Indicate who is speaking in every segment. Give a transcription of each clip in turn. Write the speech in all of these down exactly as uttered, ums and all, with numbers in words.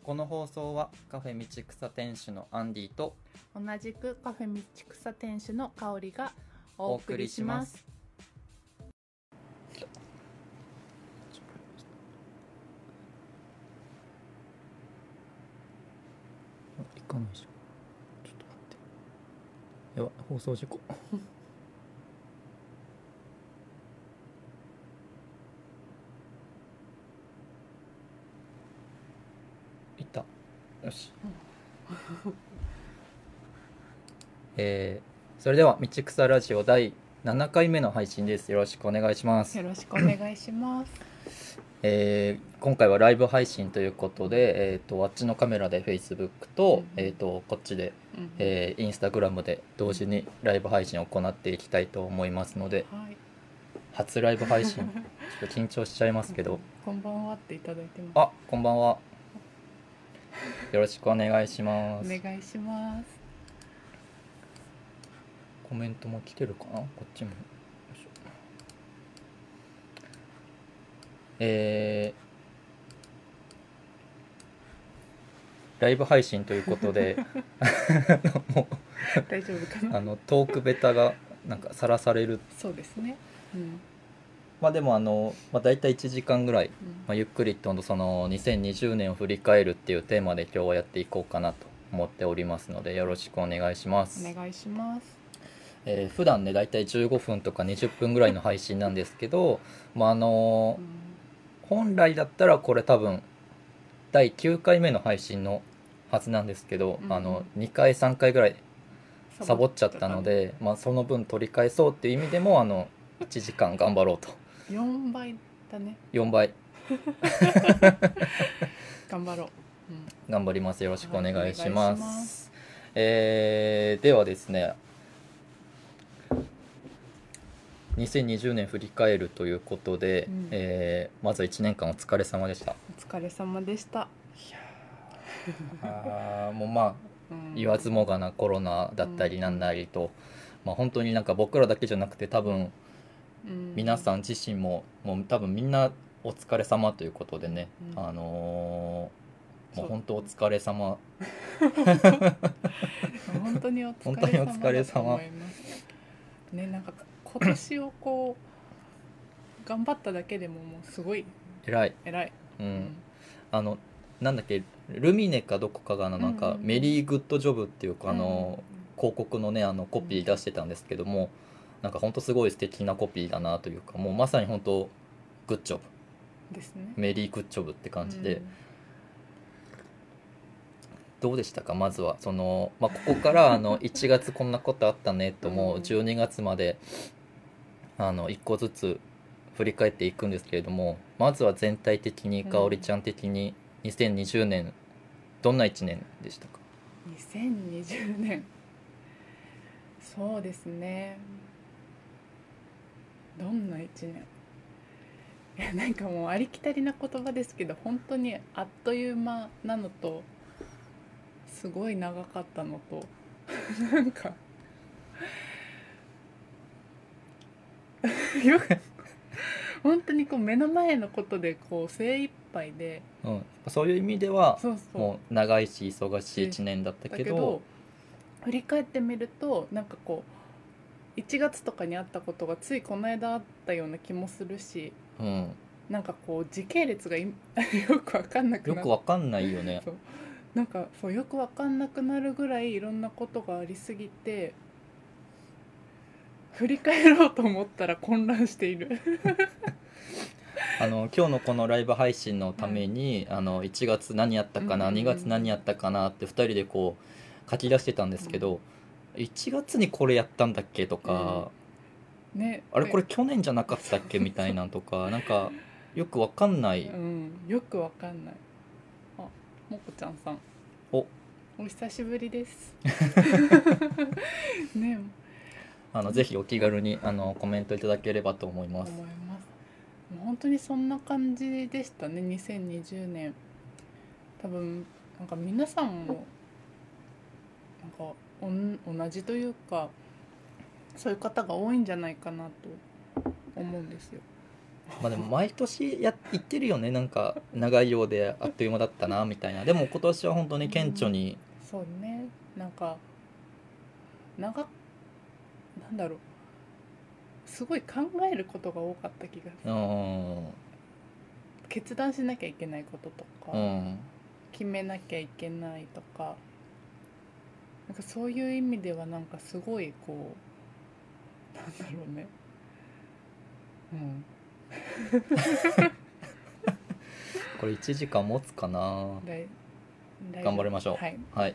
Speaker 1: この放送はカフェ道草店主のアンディと
Speaker 2: 同じくカフェ道草店主の香りがお送りします。
Speaker 1: 行かないでしょ。ちょっと待って。やばい、放送事故。いった。よし。えー、それでは道草ラジオだいななかいめの配信です。よろしくお願いします。
Speaker 2: よろしくお願いします。
Speaker 1: えー、今回はライブ配信ということで、えー、とあっちのカメラで Facebook と、
Speaker 2: うん
Speaker 1: えー、とこっちで、
Speaker 2: うん
Speaker 1: えー、Instagram で同時にライブ配信を行っていきたいと思いますので、
Speaker 2: はい、
Speaker 1: 初ライブ配信ちょっと緊張しちゃいますけど
Speaker 2: こんばんはっていただいてます。
Speaker 1: あ、こんばんは。よろしくお願いしま
Speaker 2: お
Speaker 1: す。
Speaker 2: 願いします。
Speaker 1: コメントも来てるかな、こっちも。よいしょ。えー、ライブ配信ということでもう
Speaker 2: 大丈夫かな。
Speaker 1: あのトークベタがなんかさらされる。
Speaker 2: そうですね。うん。
Speaker 1: まあでもあの、まあ、大体いちじかんぐらい、
Speaker 2: うん
Speaker 1: まあ、ゆっくりとそのにせんにじゅうねんを振り返るっていうテーマで今日はやっていこうかなと思っておりますので、よろしくお願いします。
Speaker 2: お願いします。
Speaker 1: えー、普段ね大体じゅうごふんとかにじゅっぷんぐらいの配信なんですけど、まああの
Speaker 2: うん
Speaker 1: 本来だったらこれ多分だいきゅうかいめの配信のはずなんですけど、
Speaker 2: うん
Speaker 1: あのにかいさんかいぐらいサボっちゃったので、まあ、その分取り返そうっていう意味でもあのいちじかん頑張ろうと。
Speaker 2: よんばいだね。
Speaker 1: よんばい
Speaker 2: 頑張ろう。うん、
Speaker 1: 頑張ります。よろしくお願いし
Speaker 2: はい
Speaker 1: ます。
Speaker 2: お願いします。
Speaker 1: えー、ではですね、にせんにじゅうねん振り返るということで、
Speaker 2: うん
Speaker 1: えーまずはいちねんかんお疲れ様でした。
Speaker 2: お疲れ様でした。
Speaker 1: あーもうまあ
Speaker 2: うん
Speaker 1: 言わずもがなコロナだったりなんなりと、まあ、本当になんか僕らだけじゃなくて多分
Speaker 2: うん
Speaker 1: 皆さん自身ももう多分みんなお疲れ様ということでね、
Speaker 2: うん
Speaker 1: あのー、もう
Speaker 2: そう
Speaker 1: 本当お疲れ様
Speaker 2: 本当にお
Speaker 1: 本当にお疲
Speaker 2: 疲れ
Speaker 1: れ様
Speaker 2: 様だと思いますね。なんか今年をこう頑張っただけでももうすごい
Speaker 1: 偉い、
Speaker 2: 偉い。
Speaker 1: う、
Speaker 2: うんん
Speaker 1: あのなんだっけルミネかどこかがあのなんか
Speaker 2: うんうんうん
Speaker 1: メリーグッドジョブっていうかあの
Speaker 2: うん
Speaker 1: 広告のねあのコピー出してたんですけども、なんか本当すごい素敵なコピーだなというか、もうまさに本当グッジョブ
Speaker 2: ですね。
Speaker 1: メリーグッジョブって感じで、
Speaker 2: うん
Speaker 1: どうでしたか。まずはその、まあ、ここからあのいちがつこんなことあったねとも
Speaker 2: う
Speaker 1: うんじゅうにがつまであのいっこずつ振り返っていくんですけれども、まずは全体的にかおりちゃん的ににせんにじゅうねんどんないちねんでしたか。
Speaker 2: にせんにじゅうねん、そうですね。どんないちねん。いやなんかもうありきたりな言葉ですけど本当にあっという間なのとすごい長かったのとなんかよく本当にこう目の前のことでこう精一杯で、
Speaker 1: うん、そういう意味では
Speaker 2: そうそう
Speaker 1: もう長いし忙しいいちねんだった
Speaker 2: だ
Speaker 1: けど、
Speaker 2: けど振り返ってみるとなんかこういちがつとかにあったことがついこの間あったような気もするし、
Speaker 1: うん、
Speaker 2: なんかこう時系列がいよく分かんなくな
Speaker 1: よ
Speaker 2: っ
Speaker 1: くわかんないよね。
Speaker 2: そうなんかそうよく分かんなくなるぐらいいろんなことがありすぎて振り返ろうと思ったら混乱している
Speaker 1: あの今日のこのライブ配信のために、あのいちがつ何やったかな、
Speaker 2: うんうんうん
Speaker 1: にがつ何やったかなってふたりでこう書き出してたんですけど、いちがつにこれやったんだっけとか、
Speaker 2: ね
Speaker 1: あれこれ去年じゃなかったっけみたいなんとかなんかよくわかんない。
Speaker 2: うんよく分かんない。あもこちゃんさん
Speaker 1: お
Speaker 2: お久しぶりですね
Speaker 1: あのぜひお気軽にあのコメントいただければと思います。
Speaker 2: 思います。もう本当にそんな感じでしたね。にせんにじゅうねん多分なんか皆さんもなんかおん同じというかそういう方が多いんじゃないかなと思うんですよ。
Speaker 1: まあでも毎年や言ってるよね、なんか長いようであっという間だったなみたいな。でも今年は本当に顕著に、
Speaker 2: そうね、なんか長なんだろう、すごい考えることが多かった気がす
Speaker 1: う
Speaker 2: る。
Speaker 1: ん
Speaker 2: 決断しなきゃいけないこととか、
Speaker 1: うん
Speaker 2: 決めなきゃいけないとか、なんかそういう意味ではなんかすごいこうなんだろうね、うん
Speaker 1: これいちじかん持つかな。
Speaker 2: 大大丈夫
Speaker 1: 頑張りましょう。
Speaker 2: はい、
Speaker 1: はい、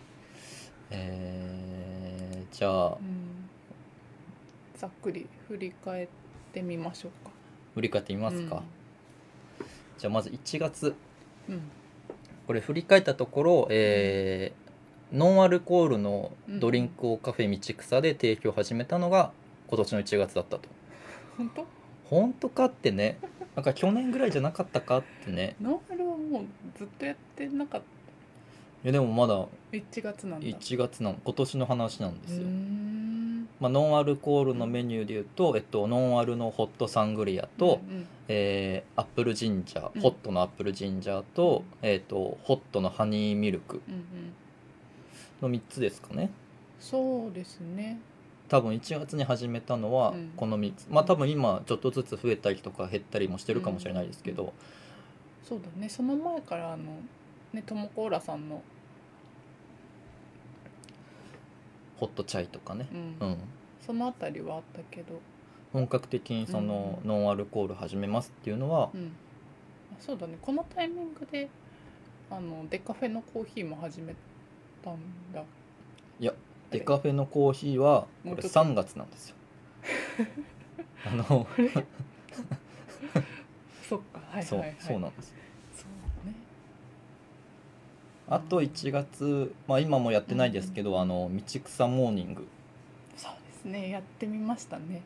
Speaker 1: えー、じゃあ
Speaker 2: うん、ざっくり振り返ってみましょうか。
Speaker 1: 振り返ってみますか、じゃあまずいちがつ、
Speaker 2: うん、うん
Speaker 1: これ振り返ったところ、えーノンアルコールのドリンクをカフェ道草で提供を始めたのが今年のいちがつだったと。
Speaker 2: 本当？
Speaker 1: 本当かってね、なんか去年ぐらいじゃなかったかってね。
Speaker 2: ノーマルはもうずっとやってなかっ
Speaker 1: いやでもまだ
Speaker 2: た。いちがつなんだ。
Speaker 1: いちがつなの、今年の話なんですよ。
Speaker 2: うーん
Speaker 1: まあ、ノンアルコールのメニューでいうと、えっと、ノンアルのホットサングリアと、
Speaker 2: うんうん
Speaker 1: えーアップルジンジャー、
Speaker 2: うん
Speaker 1: ホットのアップルジンジャーと、えっと、ホットのハニーミルク
Speaker 2: うんうん、
Speaker 1: のみっつですかね。
Speaker 2: そうですね。
Speaker 1: 多分いちがつに始めたのは
Speaker 2: うん
Speaker 1: このみっつ、まあ多分今ちょっとずつ増えたりとか減ったりもしてるかもしれないですけど、
Speaker 2: そうだね、その前からあのね、トモコーラさんの、
Speaker 1: ホットチャイとかね、
Speaker 2: うん
Speaker 1: うん、
Speaker 2: そのあたりはあったけど、
Speaker 1: 本格的にその
Speaker 2: うん
Speaker 1: ノンアルコール始めますっていうのは、
Speaker 2: うんあそうだね、このタイミングであのデカフェのコーヒーも始めたんだ。
Speaker 1: いやデカフェのコーヒーはこれ
Speaker 2: もうちょっと
Speaker 1: さんがつなんですよあの
Speaker 2: そっか、はいはい
Speaker 1: そう
Speaker 2: はい、
Speaker 1: そうなんです。
Speaker 2: そうね。
Speaker 1: あといちがつ、まあ今もやってないですけど、
Speaker 2: うん
Speaker 1: あの道草モーニング、
Speaker 2: そうですね、やってみましたね。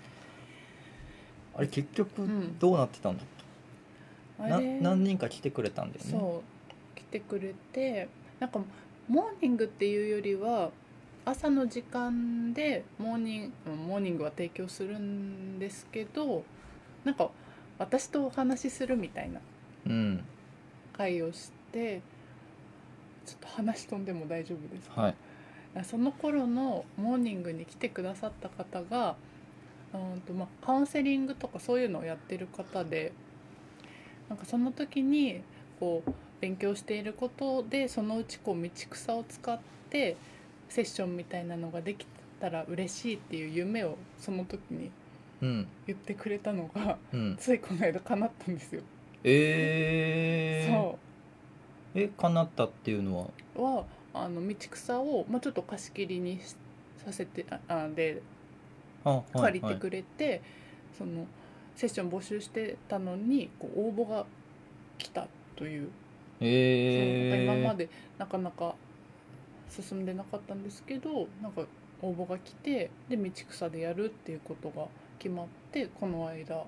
Speaker 1: あれ結局
Speaker 2: うん
Speaker 1: どうなってたんだっけ、な
Speaker 2: あれ
Speaker 1: 何人か来てくれたんだよね。
Speaker 2: そう来てくれて、なんかモーニングっていうよりは朝の時間でモーニングモーニングは提供するんですけど、なんか私とお話しするみたいな
Speaker 1: うん
Speaker 2: 会をして、ちょっと話飛んでも大丈夫ですか？
Speaker 1: はい
Speaker 2: その頃のモーニングに来てくださった方が、うんとまあ、カウンセリングとかそういうのをやってる方で、なんかその時にこう勉強していることで、そのうちこう道草を使ってセッションみたいなのができたら嬉しいっていう夢をその時に
Speaker 1: うん
Speaker 2: 言ってくれたのが
Speaker 1: うん
Speaker 2: ついこの間叶ったんですよ。
Speaker 1: えー、
Speaker 2: そ
Speaker 1: え叶ったっていうのは、
Speaker 2: うはあの道草を、まあ、ちょっと貸し切りにしさせてああで
Speaker 1: あ、はいはい、
Speaker 2: 借りてくれて、そのセッション募集してたのにこう応募が来たという、
Speaker 1: えー、
Speaker 2: そうなんか今までなかなか進んでなかったんですけど、なんか応募が来て、で道草でやるっていうことが決まって、この間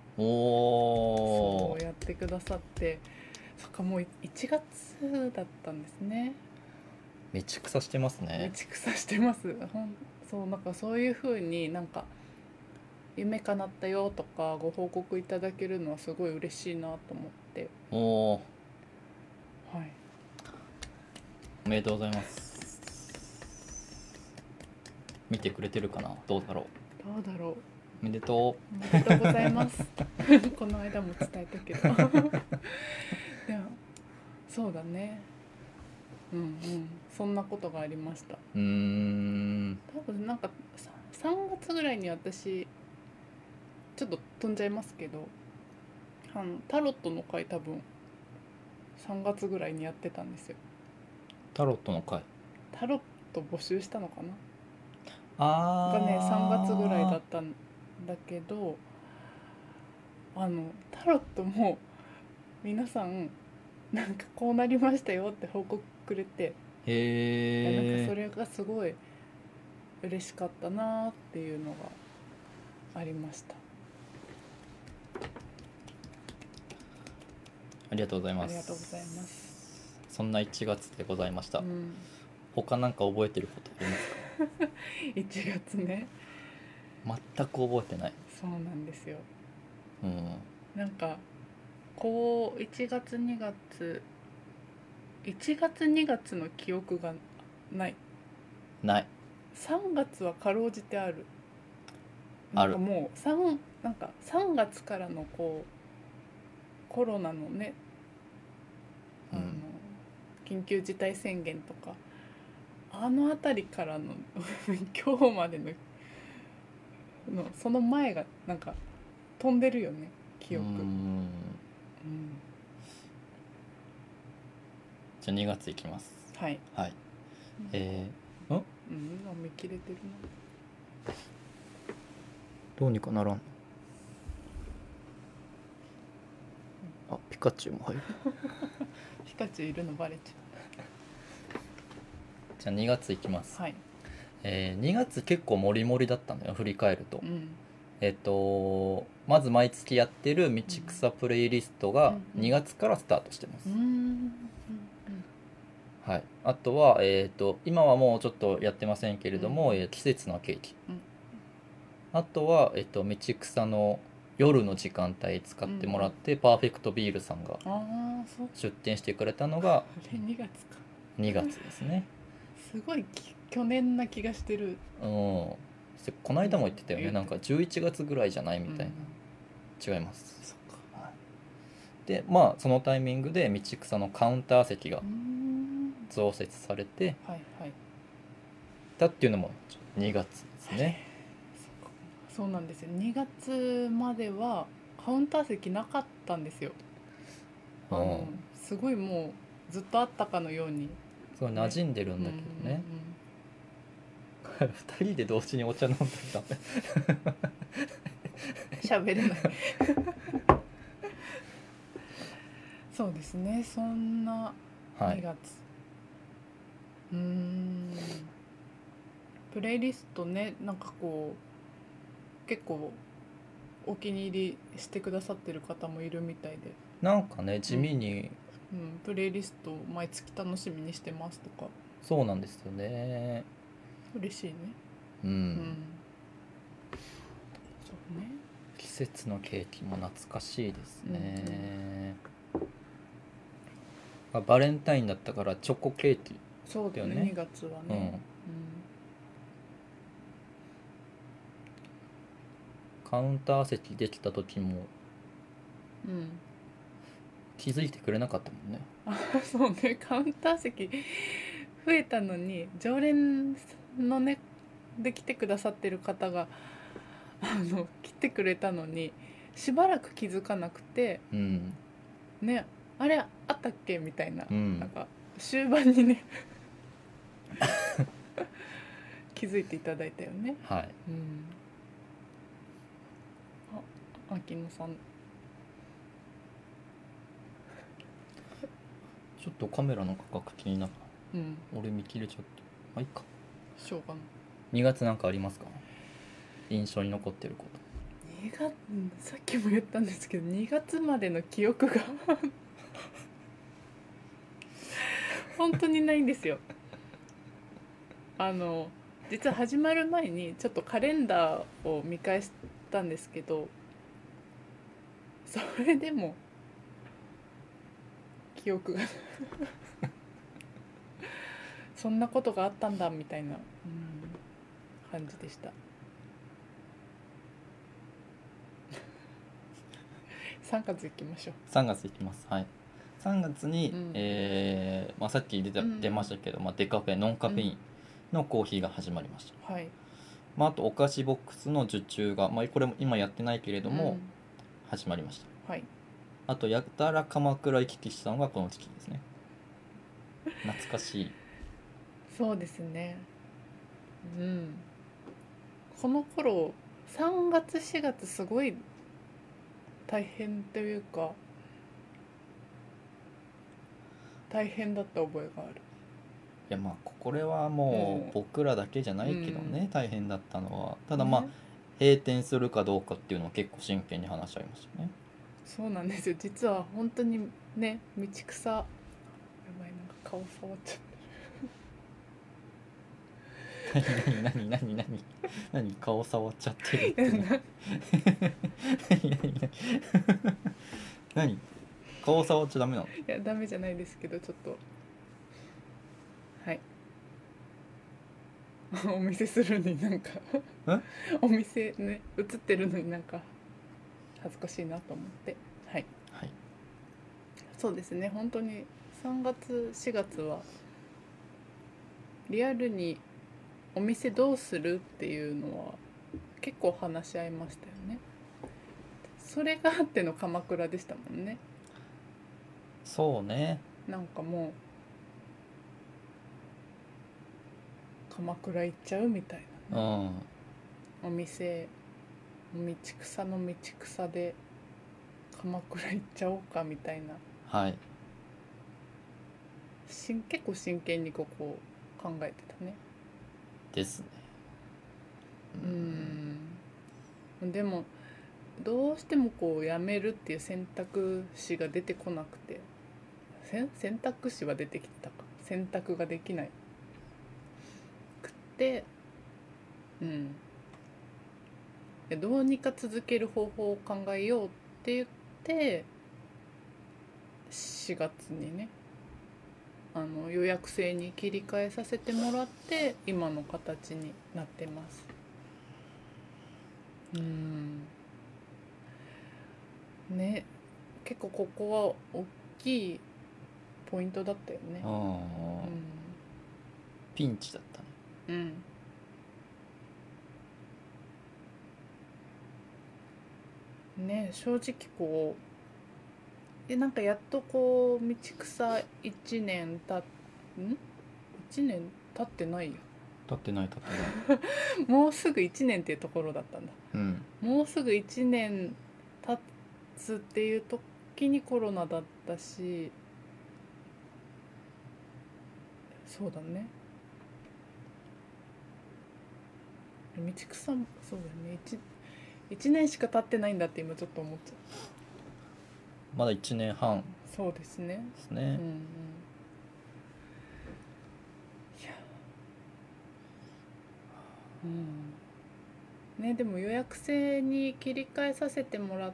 Speaker 1: おー
Speaker 2: そうやってくださって、そっかもういちがつだったんですね。
Speaker 1: 道草してますね。
Speaker 2: 道草してます。ほんそうなんかそういう風になんか夢叶ったよとかご報告いただけるのはすごい嬉しいなと思って、
Speaker 1: おー
Speaker 2: はい、
Speaker 1: おめでとうございます。見てくれてるかな、どうだろう。
Speaker 2: どうだろう。
Speaker 1: おめでと
Speaker 2: おめでとうございますこの間も伝えたけどでもそうだね、うんうん、そんなことがありました。
Speaker 1: う。うーん
Speaker 2: 多分なんかささんがつぐらいに私ちょっと飛んじゃいますけど、あのタロットの会多分さんがつぐらいにやってたんですよ。
Speaker 1: タロットの会、
Speaker 2: タロット募集したのかな
Speaker 1: あー
Speaker 2: がねさんがつぐらいだったんだけど、あのタロットも皆さんなんかこうなりましたよって報告くれて、
Speaker 1: へ
Speaker 2: なんか
Speaker 1: え
Speaker 2: それがすごい嬉しかったなっていうのがありました。
Speaker 1: ありがとうございます。
Speaker 2: ありがとうございます。
Speaker 1: そんないちがつでございました、
Speaker 2: うん、
Speaker 1: 他なんか覚えてることありますか？
Speaker 2: いちがつね、
Speaker 1: 全く覚えてない。
Speaker 2: そうなんですよ。
Speaker 1: うん
Speaker 2: なんかこういちがつにがついちがつにがつの記憶がない。
Speaker 1: ない。
Speaker 2: さんがつはかろうじてある。
Speaker 1: ある
Speaker 2: なんかもうさんなんかさんがつからのこうコロナのね、あの、
Speaker 1: うん
Speaker 2: 緊急事態宣言とかあの辺りからの今日までののその前がなんか飛んでるよね、記憶。
Speaker 1: うーん
Speaker 2: うん
Speaker 1: じゃあにがついきます。
Speaker 2: はい。
Speaker 1: はい。えー、ん
Speaker 2: うん、見切れてるな。
Speaker 1: どうにかならん。あ、ピカチュウも入る。
Speaker 2: ピカチュウいるのバレち
Speaker 1: じゃあにがついきます。
Speaker 2: ゃう。はい。
Speaker 1: えー、にがつ結構モリモリだったのよ、振り返ると。
Speaker 2: うん
Speaker 1: えっとまず毎月やってる道草プレイリストが
Speaker 2: うん
Speaker 1: にがつからスタートしてます。
Speaker 2: うんうん
Speaker 1: はい、あとは、えー、と今はもうちょっとやってませんけれども、
Speaker 2: うん
Speaker 1: えー季節のケーキ、
Speaker 2: うん
Speaker 1: あとは、えー、と道草の夜の時間帯使ってもらって、パーフェクトビールさんが
Speaker 2: ああ、そう。
Speaker 1: 出店してくれたのが
Speaker 2: あれにがつか。
Speaker 1: にがつですね。
Speaker 2: すごいき去年な気がしてる。
Speaker 1: うんせこの間も言ってたよね、
Speaker 2: うん
Speaker 1: なんかじゅういちがつぐらいじゃないみたいな、
Speaker 2: うん
Speaker 1: 違います。
Speaker 2: そっか。
Speaker 1: はいでまあそのタイミングで道草のカウンター席が
Speaker 2: うーん。
Speaker 1: 増設されて
Speaker 2: はいはい。
Speaker 1: たっていうのもにがつですね。
Speaker 2: そっか。そうなんですよ。にがつまではカウンター席なかったんですよ。あの
Speaker 1: うん
Speaker 2: すごいもうずっとあったかのように。
Speaker 1: すごい馴染んでるんだけどね、ふたりで同時にお茶飲んでた
Speaker 2: 喋れないそうですね、そんな
Speaker 1: はい
Speaker 2: にがつ、うーんプレイリストね、なんかこう結構お気に入りしてくださってる方もいるみたいで、
Speaker 1: なんかね地味に、
Speaker 2: うん、プレイリスト毎月楽しみにしてますとか、
Speaker 1: そうなんですよね。
Speaker 2: 嬉しいね。
Speaker 1: うん、
Speaker 2: うんそうね。
Speaker 1: 季節のケーキも懐かしいですね、あバレンタインだったからチョコケーキ、
Speaker 2: そうだよね、
Speaker 1: だよね
Speaker 2: にがつは
Speaker 1: うん
Speaker 2: ね、
Speaker 1: カウンター席できた時も
Speaker 2: うん、うん
Speaker 1: 気づいてくれなかったもんね。
Speaker 2: あそうね、カウンター席増えたのに常連のねで来てくださってる方があの来てくれたのにしばらく気づかなくて
Speaker 1: うん
Speaker 2: ね、あれあったっけみたいな、
Speaker 1: うん
Speaker 2: なんか終盤にね気づいていただいたよね。
Speaker 1: はい
Speaker 2: うんあ、秋野さん
Speaker 1: ちょっとカメラの価格気になる。
Speaker 2: うん
Speaker 1: 俺見切れちゃってまあいいか。
Speaker 2: しょうがない。
Speaker 1: にがつなんかありますか、印象に残ってること。
Speaker 2: にがつ、うんさっきも言ったんですけどにがつまでの記憶が本当にないんですよ。あの実は始まる前にちょっとカレンダーを見返したんですけど、それでも記憶がそんなことがあったんだみたいな、うん、感じでした。さんがつ行きましょう。
Speaker 1: さんがついきます。はい。さんがつに、
Speaker 2: うん
Speaker 1: えーまあ、さっき出た、
Speaker 2: うん
Speaker 1: 出ましたけど、まあ、デカフェノンカフェインのコーヒーが始まりました、
Speaker 2: はい。
Speaker 1: まあ、あとお菓子ボックスの受注が、まあ、これも今やってないけれども、
Speaker 2: うん
Speaker 1: 始まりました。
Speaker 2: はい。
Speaker 1: あとやたら鎌倉行き来したのがこの時期ですね。懐かしい。
Speaker 2: そうですね。うん。この頃さんがつしがつすごい大変というか大変だった覚えがある。
Speaker 1: いやまあこれはも
Speaker 2: うん
Speaker 1: う僕らだけじゃないけどね、
Speaker 2: うん
Speaker 1: 大変だったのは。ただまあ、
Speaker 2: ね
Speaker 1: 閉店するかどうかっていうのは結構真剣に話し合いましたね。
Speaker 2: そうなんですよ。実は本当にね、道草やばい、なんか顔触っちゃって
Speaker 1: 何何何何何顔触っちゃってるって
Speaker 2: る
Speaker 1: 何何何何顔触っちゃダメなの？
Speaker 2: いやダメじゃないですけど、ちょっとはいお見せするのになんかお店ね映ってるのになんか恥ずかしいなと思って、はい、
Speaker 1: はい、
Speaker 2: そうですね。本当にさんがつしがつはリアルにお店どうするっていうのは結構話し合いましたよね。それがあっての鎌倉でしたもんね。
Speaker 1: そうね。
Speaker 2: なんかもう鎌倉行っちゃうみたいな、ね、
Speaker 1: うん
Speaker 2: お店道草の道草で鎌倉行っちゃおうかみたいな、
Speaker 1: はい、
Speaker 2: しん結構真剣にここ考えてたね。
Speaker 1: ですね。
Speaker 2: うんでもどうしてもこうやめるっていう選択肢が出てこなくて、選択肢は出てきたか選択ができないくってうんどうにか続ける方法を考えようって言ってしがつにねあの予約制に切り替えさせてもらって今の形になってます。うんね、結構ここは大きいポイントだったよね。
Speaker 1: ああ、
Speaker 2: うん
Speaker 1: ピンチだったね。
Speaker 2: うんね、正直こうでなんかやっとこう道草いちねんたんいちねん経ってないよ
Speaker 1: 立ってない立ってない
Speaker 2: もうすぐいちねんっていうところだったんだ。
Speaker 1: うん
Speaker 2: もうすぐいちねん経つっていう時にコロナだったし、そうだね、道草もそうだよね、 1, 1年しか経ってないんだって今ちょっと思っちゃう。
Speaker 1: まだいちねんはん
Speaker 2: そうですね。
Speaker 1: ですね。
Speaker 2: うんうん、いやうんね、でも予約制に切り替えさせてもらって、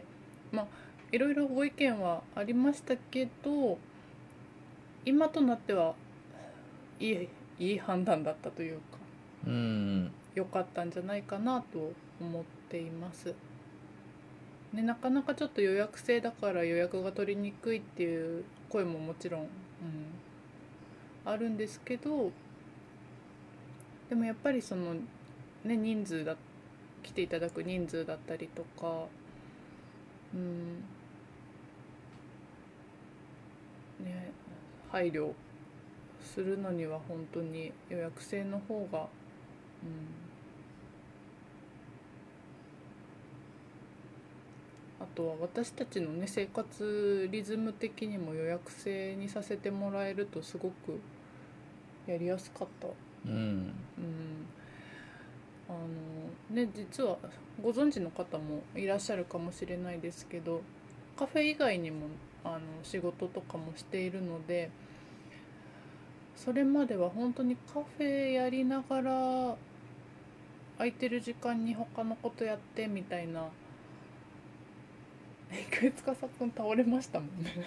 Speaker 2: まあいろいろご意見はありましたけど今となってはいいいい判断だったというか
Speaker 1: うん
Speaker 2: 良かったんじゃないかなと思っています、ね、なかなかちょっと予約制だから予約が取りにくいっていう声ももちろん、うん、あるんですけど、でもやっぱりその、ね、人数だ来ていただく人数だったりとか、うんね、配慮するのには本当に予約制の方が、うん、あとは私たちのね生活リズム的にも予約制にさせてもらえるとすごくやりやすかった。
Speaker 1: うん
Speaker 2: うんあのね、実はご存知の方もいらっしゃるかもしれないですけどカフェ以外にもあの仕事とかもしているので、それまでは本当にカフェやりながら空いてる時間に他のことやってみたいな。一回司くん倒れましたもんね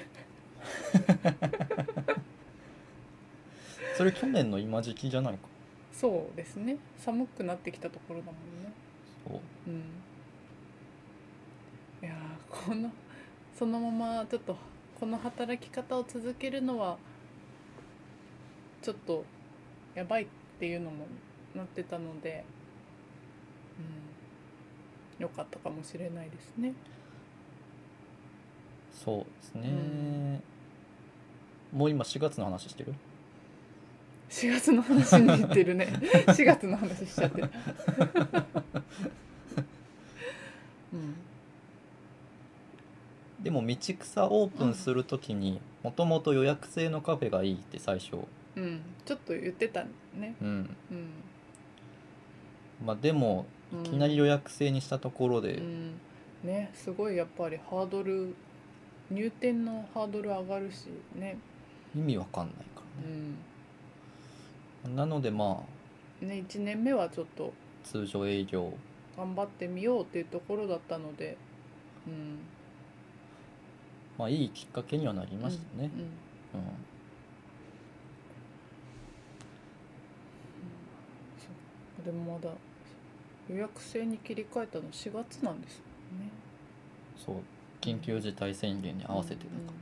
Speaker 1: それ去年の今時期じゃないか。
Speaker 2: そうですね、寒くなってきたところだもんね。
Speaker 1: そう
Speaker 2: うんいやーこのそのままちょっとこの働き方を続けるのはちょっとやばいっていうのもなってたので、うん、良かったかもしれないですね。
Speaker 1: そうですね、うん、もう今しがつの話してる。
Speaker 2: しがつの話に言ってるねしがつの話しちゃってるうん
Speaker 1: でも道草オープンするときにもともと予約制のカフェがいいって最初、
Speaker 2: うんちょっと言ってたね。
Speaker 1: うん
Speaker 2: うん
Speaker 1: まあでもいきなり予約制にしたところで、
Speaker 2: うんね、すごいやっぱりハードル入店のハードル上がるしね。
Speaker 1: 意味わかんないからね、
Speaker 2: うん、
Speaker 1: なのでまあ
Speaker 2: ねいちねんめはちょっと
Speaker 1: 通常営業
Speaker 2: 頑張ってみようっていうところだったので、うん
Speaker 1: まあいいきっかけにはなりましたね。
Speaker 2: うんうん
Speaker 1: うん
Speaker 2: そうでもまだ予約制に切り替えたのしがつなんですもんね。
Speaker 1: そう緊急事態宣言に合わせてだから、
Speaker 2: うんうん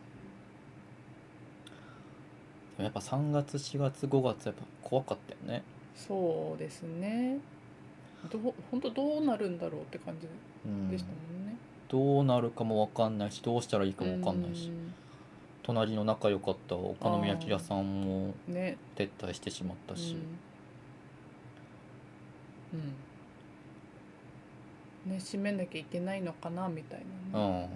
Speaker 1: やっぱさんがつしがつごがつやっぱ怖かったよね。
Speaker 2: そうですね。どう本当どうなるんだろうって感じ
Speaker 1: うん
Speaker 2: でしたもんね。
Speaker 1: どうなるかも分かんないしどうしたらいいかも分かんないし、
Speaker 2: うん
Speaker 1: 隣の仲良かったお好み焼き屋さんも
Speaker 2: ね。
Speaker 1: 撤退してしまったし、
Speaker 2: うん、うん、ね、閉めなきゃいけないのかなみたいなね。
Speaker 1: うん
Speaker 2: うん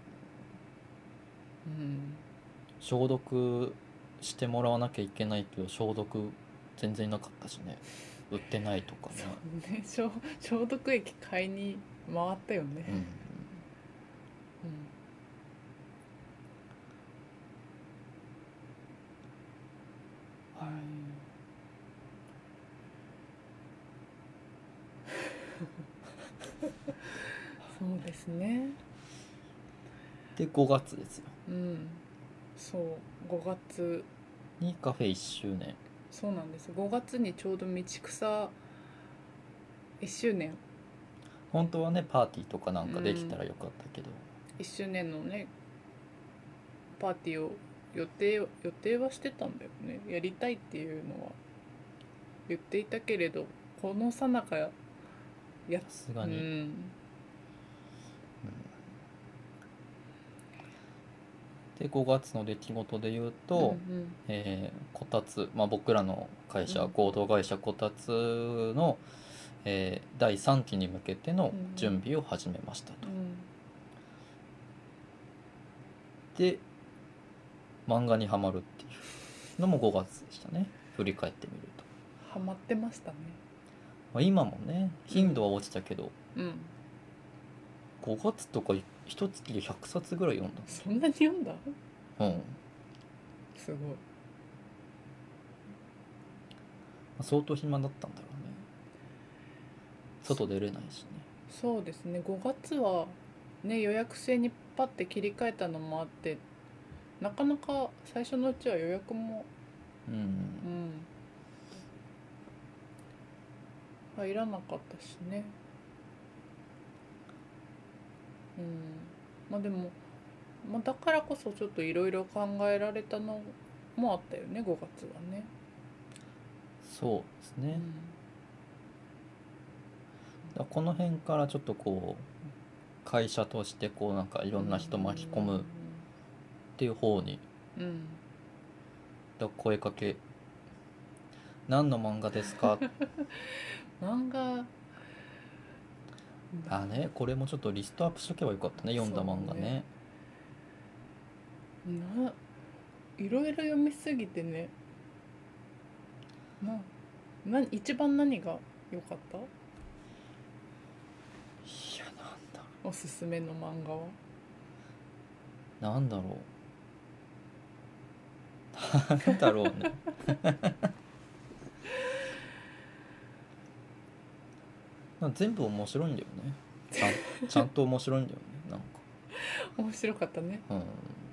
Speaker 1: 消毒してもらわなきゃいけないけど消毒全然なかったしね、売ってないとかね。
Speaker 2: そうね、消消毒液買いに回ったよね。
Speaker 1: うん
Speaker 2: うん
Speaker 1: はい
Speaker 2: そうですね。
Speaker 1: でごがつですよ
Speaker 2: うんそうごがつ
Speaker 1: にカフェいっしゅうねん。
Speaker 2: そうなんです。ごがつにちょうど道草いっしゅうねん
Speaker 1: 本当はねパーティーとかなんかできたらよかったけど、
Speaker 2: いっしゅうねんのねパーティーを予定予定はしてたんだよね。やりたいっていうのは言っていたけれど、このさなかや
Speaker 1: さすがに、
Speaker 2: うん
Speaker 1: でごがつの出来事で言うと、
Speaker 2: うんうん
Speaker 1: えーこたつ、まあ、僕らの会社、
Speaker 2: うん
Speaker 1: 合同会社こたつの、えーだいさんきに向けての準備を始めましたと、
Speaker 2: うん
Speaker 1: で漫画にはまるっていうのもごがつでしたね、振り返ってみると。
Speaker 2: ハマってましたね。
Speaker 1: まあ、今もね頻度は落ちたけど、
Speaker 2: うん
Speaker 1: ごがつとかい一月でひゃくさつぐらい読んだ。
Speaker 2: そんなに読んだ。
Speaker 1: うん
Speaker 2: すごい。
Speaker 1: 相当暇だったんだろうね、外出れないしね。
Speaker 2: そうですね。ごがつはね予約制にパッて切り替えたのもあって、なかなか最初のうちは予約も
Speaker 1: うん
Speaker 2: うん入らなかったしね。うんまあでも、まあ、だからこそちょっといろいろ考えられたのもあったよね、ごがつはね。
Speaker 1: そうですね、
Speaker 2: うん
Speaker 1: だからこの辺からちょっとこう会社としてこうなんかいろんな人巻き込むっていう方に、
Speaker 2: うんうん
Speaker 1: だから声かけ何の漫画ですか
Speaker 2: 漫画
Speaker 1: あねこれもちょっとリストアップしとけばよかったね、読んだ漫画ね。
Speaker 2: ないろいろ読みすぎてね。なな一番何が良かった
Speaker 1: いやなんだ
Speaker 2: おすすめの漫画は。
Speaker 1: なんだろうなんだろうねなんか全部面白いんだよね、ちゃんちゃんと面白いんだよねなんか、
Speaker 2: 面白かったね。
Speaker 1: うん、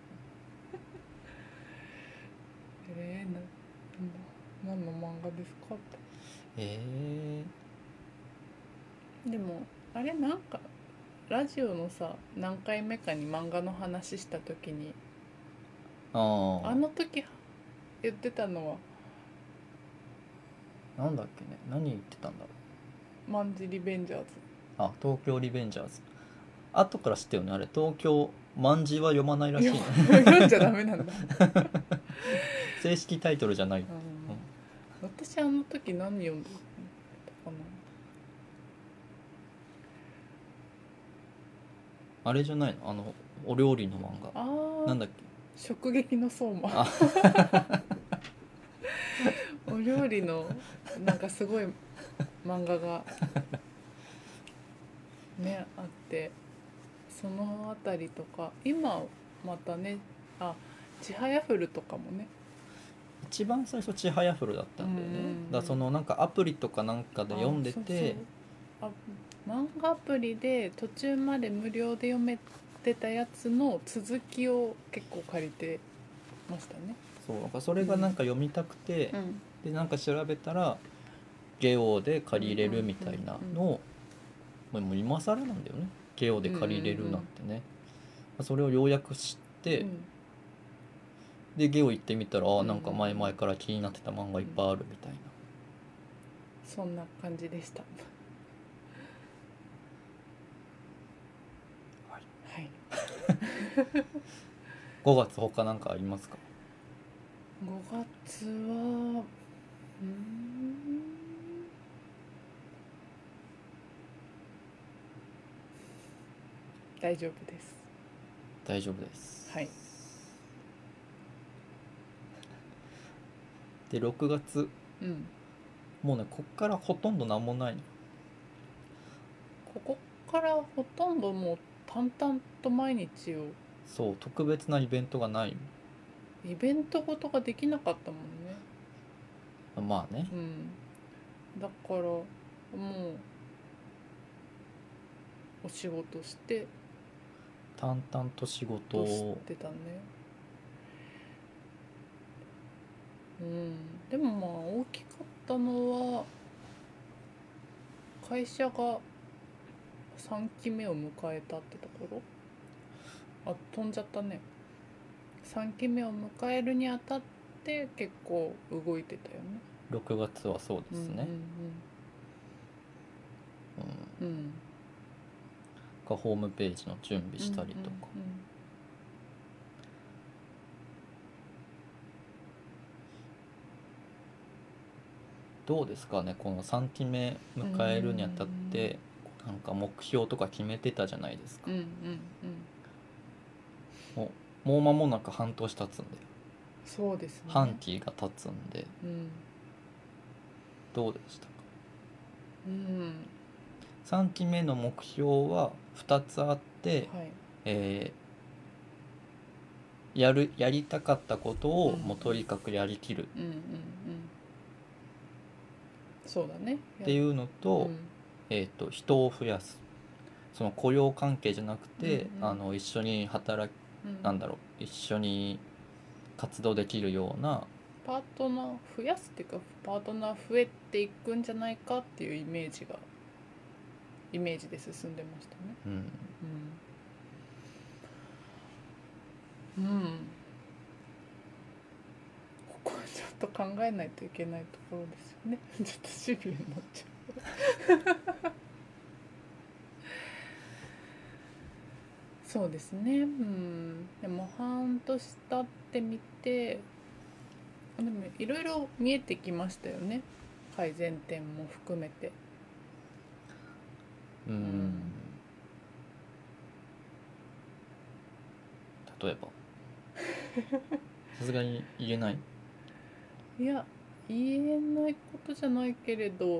Speaker 2: えー、ななんだ何の漫画ですかって。
Speaker 1: え
Speaker 2: でもあれなんかラジオのさ何回目かに漫画の話した時に
Speaker 1: ー、あ
Speaker 2: あの時言ってたのは
Speaker 1: あなんだっけね、何言ってたんだろう。
Speaker 2: マンジリベンジャーズ。
Speaker 1: あ東京リベンジャーズ、後から知ったよねあれ、東京漢字は読まないらしいね
Speaker 2: 読んじゃダメなんだ
Speaker 1: 正式タイトルじゃない、
Speaker 2: うん私あの時何読んでたかな。
Speaker 1: あれじゃないの、あのお料理の漫画
Speaker 2: ああ
Speaker 1: なんだっけ、
Speaker 2: 食撃の相馬
Speaker 1: あ
Speaker 2: お料理のなんかすごい漫画がねあって、そのあたりとか今またね、あちはやふるとかもね。
Speaker 1: 一番最初ちはやふるだったんだよね、
Speaker 2: うんうんうん
Speaker 1: だからそのなんかアプリとかなんかで読んでて、
Speaker 2: あそうそうあ漫画アプリで途中まで無料で読めってたやつの続きを結構借りてましたね。
Speaker 1: そうなんかそれがなんか読みたくて、
Speaker 2: うん、
Speaker 1: でなんか調べたらゲオで借りれるみたいなのを、まあもう今更なんだよね、ゲオで借りれるなんてね、それをようやく知って、
Speaker 2: うん、
Speaker 1: でゲオ行ってみたら、あ
Speaker 2: うん
Speaker 1: なんか前々から気になってた漫画いっぱいあるみたいな、
Speaker 2: そんな感じでした。
Speaker 1: はい
Speaker 2: はい。
Speaker 1: ごがつ他なんかありますか？
Speaker 2: ごがつはうーん大丈夫です。
Speaker 1: 大丈夫です。
Speaker 2: はい。
Speaker 1: でろくがつ、
Speaker 2: うん。
Speaker 1: もうねこっからほとんどなんもないの。
Speaker 2: ここからほとんどもう淡々と毎日を、
Speaker 1: そう特別なイベントがない
Speaker 2: イベントごとができなかったもんね。
Speaker 1: の。まあね、
Speaker 2: うん。だからもうお仕事して
Speaker 1: 淡々と仕事
Speaker 2: とし
Speaker 1: を、
Speaker 2: てたね。うん。でもまあ大きかったのは会社がさんきめを迎えたってところ。あ、飛んじゃったね。さんきめを迎えるにあたって結構動いてたよね。
Speaker 1: ろくがつはそうですね、うん
Speaker 2: うんうんうん。
Speaker 1: かホームページの準備したりとか、
Speaker 2: うんうん
Speaker 1: どうですかねこのさんきめ迎えるにあたってなんか目標とか決めてたじゃないですか、
Speaker 2: うんうんうん
Speaker 1: もうもう間もなく半年経つんで、
Speaker 2: そうですね。
Speaker 1: 半期が経つんで
Speaker 2: うん
Speaker 1: どうでしたか？
Speaker 2: うん
Speaker 1: さんきめの目標はふたつあって、
Speaker 2: はい
Speaker 1: えーやるやりたかったことを
Speaker 2: うん
Speaker 1: もうとにかくやりきる
Speaker 2: うんうんうんそうだね。
Speaker 1: っていううのと、
Speaker 2: ん
Speaker 1: えー、と人を増やす、その雇用関係じゃなくて、
Speaker 2: うんうん
Speaker 1: あの一緒に働き
Speaker 2: うん
Speaker 1: なんだろう一緒に活動できるような、
Speaker 2: パートナー増やすっていうかパートナー増えていくんじゃないかっていうイメージがイメージで進んでましたね。
Speaker 1: うん、
Speaker 2: うん、うん、ここはちょっと考えないといけないところですよね。ちょっとシビアになっちゃう。そうですね。うん。でも半年経ってみて、でもいろいろ見えてきましたよね。改善点も含めて。
Speaker 1: うん
Speaker 2: ん
Speaker 1: 例えばさすがに言えない。
Speaker 2: いや、言えないことじゃないけれど、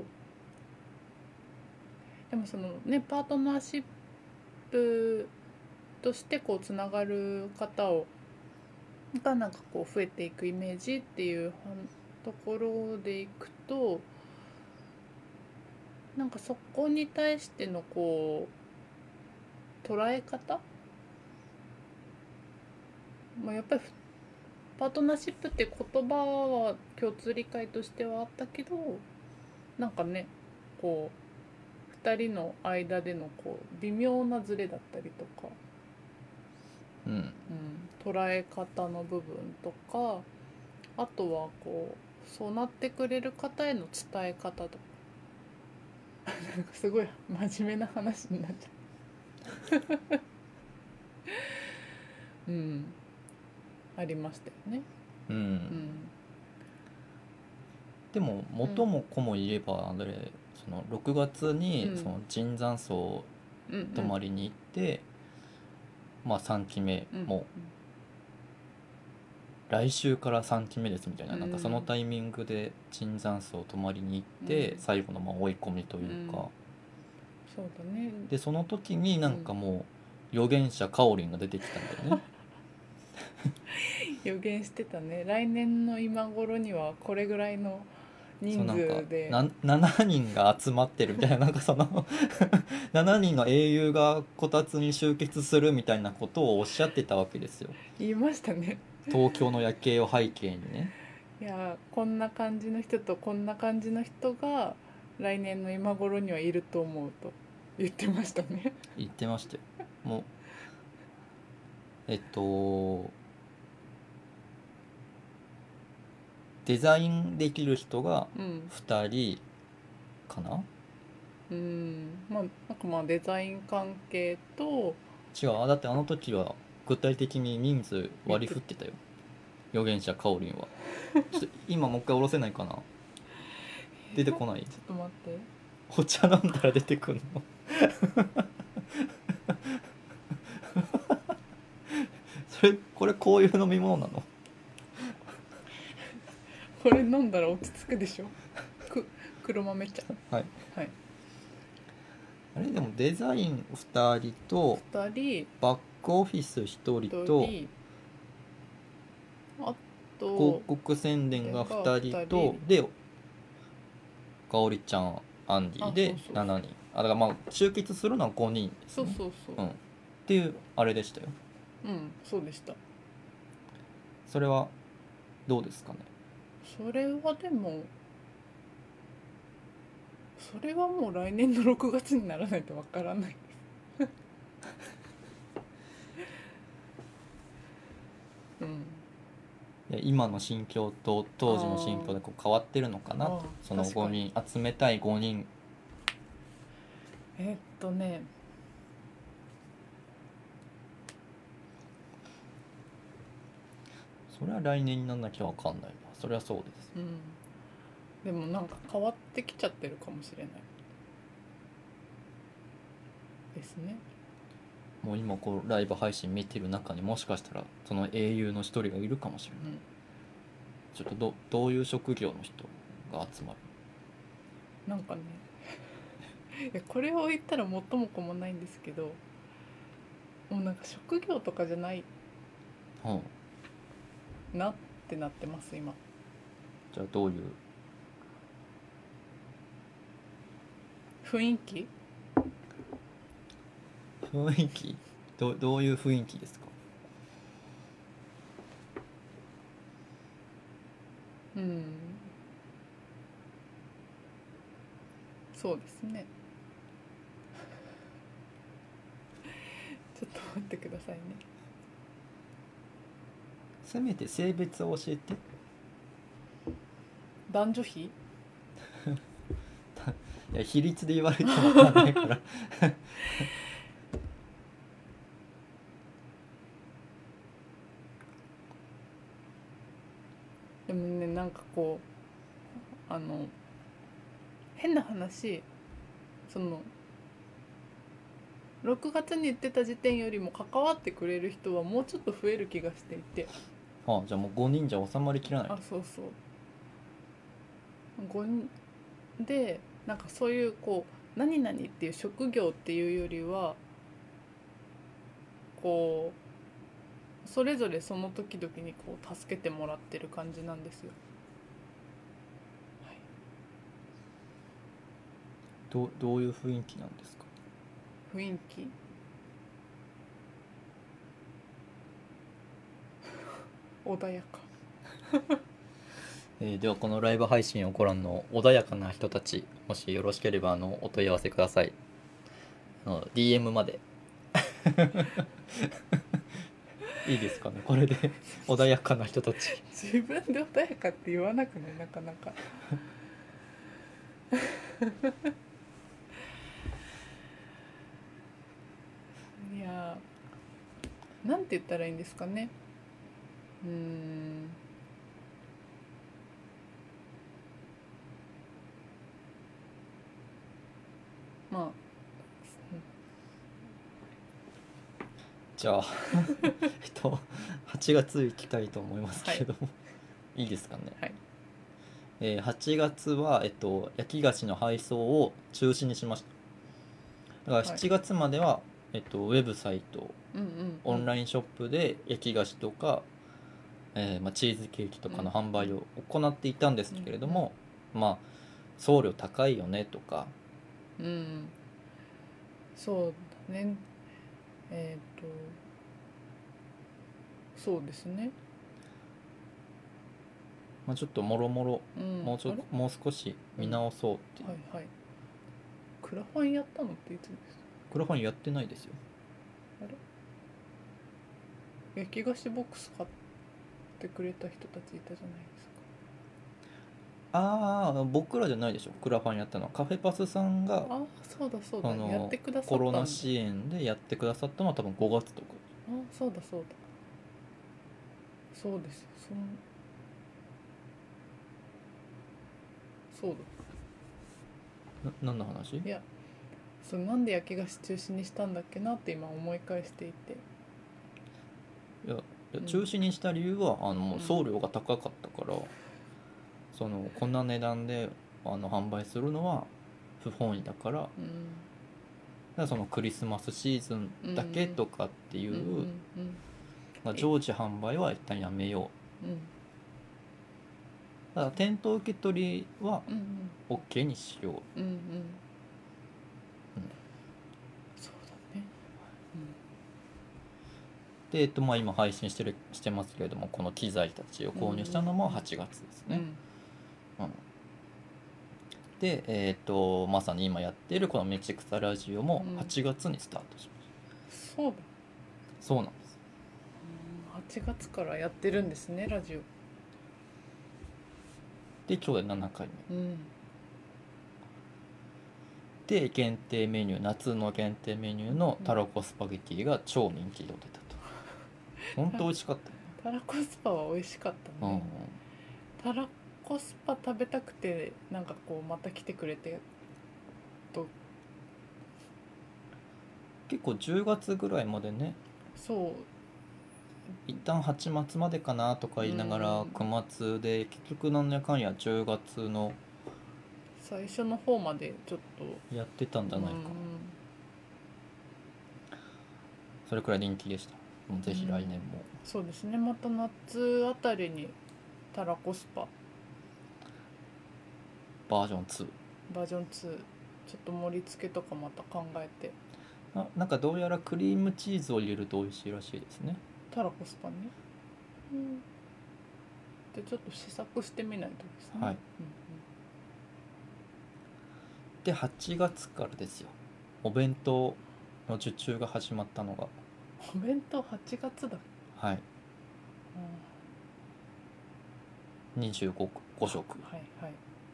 Speaker 2: でもそのね、パートナーシップとしてこうつながる方をがなんかこう増えていくイメージっていうところでいくと、なんかそこに対してのこう捉え方、まあ、やっぱりパートナーシップって言葉は共通理解としてはあったけど、なんかねこうふたりの間でのこう微妙なズレだったりとか、
Speaker 1: うん
Speaker 2: うん、捉え方の部分とか、あとはこうそうなってくれる方への伝え方とかなんかすごい真面目な話になっちゃううんありましたよね。
Speaker 1: うん、
Speaker 2: うん
Speaker 1: でも元も子も言えば、あれそのろくがつに
Speaker 2: うん
Speaker 1: その椿山荘
Speaker 2: うんうん
Speaker 1: 泊まりに行って、まあさんきめ
Speaker 2: うん
Speaker 1: も来週からさんきめですみたいな、
Speaker 2: うん
Speaker 1: なんかそのタイミングで椿山荘泊まりに行って、
Speaker 2: うん
Speaker 1: 最後のまあ追い込みというか、
Speaker 2: そうだね。
Speaker 1: でその時になんかもう預言者かおりんが出てきたんだよね
Speaker 2: 予言してたね。来年の今頃にはこれぐらいの人数で
Speaker 1: なななにんが集まってるみたいな、なんかそのななにんの英雄がこたつに集結するみたいなことをおっしゃってたわけですよ。
Speaker 2: 言いましたね。
Speaker 1: 東京の夜景を背景にね。
Speaker 2: いやこんな感じの人とこんな感じの人が来年の今頃にはいると思うと言ってましたね。
Speaker 1: 言ってましたよ。もうえっとデザインできる人が
Speaker 2: うん
Speaker 1: ふたりかな。
Speaker 2: うんまあなんかまあデザイン関係と
Speaker 1: 違う、あだってあの時は具体的に人数割り振ってたよ、預言者かおりんは。ちょっと今もう一回下ろせないかな。出てこない。
Speaker 2: ちょっと待って。
Speaker 1: お茶飲んだら出てくんのそれこれこういう飲み物なの？
Speaker 2: これ飲んだら落ち着くでしょ。く黒豆茶。
Speaker 1: はい
Speaker 2: はい。
Speaker 1: あれでもデザインふたりと
Speaker 2: ふたり
Speaker 1: バックオフィスひとりと
Speaker 2: ひとりあと
Speaker 1: 広告宣伝がふたりとでかおりちゃんアンディで
Speaker 2: あそうそう
Speaker 1: しちにん。あだからまあ集結するのはごにんですね。
Speaker 2: そうそうそう
Speaker 1: うん、っていうあれでしたよ。
Speaker 2: うんそうでした。
Speaker 1: それはどうですかね。
Speaker 2: それはでもそれはもう来年のろくがつにならないとわからないうん
Speaker 1: いや今の心境と当時の心境でこう変わってるのかな
Speaker 2: あー
Speaker 1: と。その
Speaker 2: 確か
Speaker 1: ごにん集めたいごにん。
Speaker 2: えーっとね
Speaker 1: それは来年にならなきゃ分かんないな。それはそうです。
Speaker 2: うんでもなんか変わってきちゃってるかもしれないですね。
Speaker 1: もう今こうライブ配信見てる中にもしかしたらその英雄の一人がいるかもしれない。
Speaker 2: うん
Speaker 1: ちょっと ど, どういう職業の人が集まる？
Speaker 2: なんかねいやこれを言ったら元も子もないんですけど、もうなんか職業とかじゃない
Speaker 1: うん、
Speaker 2: なってなってます今。
Speaker 1: じゃあどういう
Speaker 2: 雰囲気
Speaker 1: 雰囲気？ ど, どういう雰囲気ですか？
Speaker 2: うんそうですねちょっと待ってくださいね。
Speaker 1: せめて性別を教えて。
Speaker 2: 男女比
Speaker 1: いや比率で言われても分かんないから
Speaker 2: でもねなんかこうあの変な話そのろくがつに言ってた時点よりも関わってくれる人はもうちょっと増える気がしていて。
Speaker 1: あじゃあもうごにんじゃ収まりきらない。
Speaker 2: あそうそうごにんでなんかそういうこう何々っていう職業っていうよりはこうそれぞれその時々にこう助けてもらってる感じなんですよ。
Speaker 1: ど, どういう雰囲気なんですか？
Speaker 2: 雰囲気穏やか
Speaker 1: えーではこのライブ配信をご覧の穏やかな人たち、もしよろしければあのお問い合わせください。あの ディーエム までいいですかねこれで穏やかな人たち
Speaker 2: 自分で穏やかって言わなくないなかなかいやなんて言ったらいいんですかね。うーんまあ
Speaker 1: じゃあえっとはちがつ行きたいと思いますけれども、はい、いいですかね。
Speaker 2: はい
Speaker 1: えー、はちがつは、えっと、焼き菓子の配送を中止にしました。だからしちがつまでは、はい、えっと、ウェブサイト、
Speaker 2: うんうんうん、
Speaker 1: オンラインショップで焼き菓子とか、えーまあ、チーズケーキとかの販売を行っていたんですけれども、 まあ送料高いよねとか、
Speaker 2: うんそうだね。えっ、とそうですね。
Speaker 1: まあ、ちょっともろもろ
Speaker 2: うん
Speaker 1: もうちょ
Speaker 2: あれ
Speaker 1: もう少し見直そうっていう、
Speaker 2: はいはい。クラファンやったのっていつですか？
Speaker 1: クラファンやってないですよ。
Speaker 2: あれ焼き菓子ボックス買ってくれた人たちいたじゃないですか。
Speaker 1: ああ僕らじゃないでしょ、クラファンやったのはカフェパスさんが
Speaker 2: あそうだそうだ
Speaker 1: あの
Speaker 2: やってくださ
Speaker 1: コ
Speaker 2: ったんだ。
Speaker 1: ロナ支援でやってくださったのは多分ごがつとか。
Speaker 2: あそうだそうだそうですそんそうだ
Speaker 1: な何の話？
Speaker 2: いやそうなんで焼き菓子中止にしたんだっけなって今思い返していて。
Speaker 1: いやいや
Speaker 2: うん
Speaker 1: 中止にした理由はあのもう
Speaker 2: うん
Speaker 1: 送料が高かったから、そのこんな値段であの販売するのは不本意だから、だか
Speaker 2: うん
Speaker 1: らそのクリスマスシーズンだけとかっていう、
Speaker 2: うんうんうん
Speaker 1: まあ常時販売は一旦やめよう。
Speaker 2: うん
Speaker 1: だから店頭受け取りは
Speaker 2: うん
Speaker 1: OK にしよう。
Speaker 2: うんうんうんそうだね。
Speaker 1: で、えっとまあ、今配信してるしてますけれども、この機材たちを購入したのもはちがつですね。
Speaker 2: うんうん
Speaker 1: うんで、えっとまさに今やっているこの「道草ラジオ」も
Speaker 2: うん
Speaker 1: はちがつにスタートしまし
Speaker 2: そうだ
Speaker 1: た。そうなんです。
Speaker 2: はちがつからやってるんですねラジオ。
Speaker 1: で今日でななかいめ
Speaker 2: うん
Speaker 1: で、限定メニュー、夏の限定メニューのたらこスパゲティが超人気が出たと。本当美味しかったよ。
Speaker 2: たらこスパは美味しかった
Speaker 1: うんうん
Speaker 2: ね。たらこスパ食べたくてなんかこうまた来てくれてと
Speaker 1: 結構じゅうがつぐらいまでね、
Speaker 2: そう
Speaker 1: 一旦はちがつまでかなとか言いながら
Speaker 2: うん
Speaker 1: くがつで、結局なんやかんやじゅうがつの
Speaker 2: 最初の方までちょっと
Speaker 1: やってたんじゃないか、
Speaker 2: うん
Speaker 1: それくらい人気でした。もうぜひ来年も、
Speaker 2: そうですね。また夏あたりにたらこスパ
Speaker 1: バージョンツー。
Speaker 2: バージョンツーちょっと盛り付けとかまた考えて
Speaker 1: あ、なんかどうやらクリームチーズを入れると美味しいらしいですね。
Speaker 2: たらこスパに、うん、でちょっと試作してみないとですね。
Speaker 1: はいではちがつからですよ、お弁当の受注が始まったのが。
Speaker 2: うんうん、お弁当はちがつだ、
Speaker 1: はい、
Speaker 2: うん、
Speaker 1: にじゅうごご食。
Speaker 2: はいはい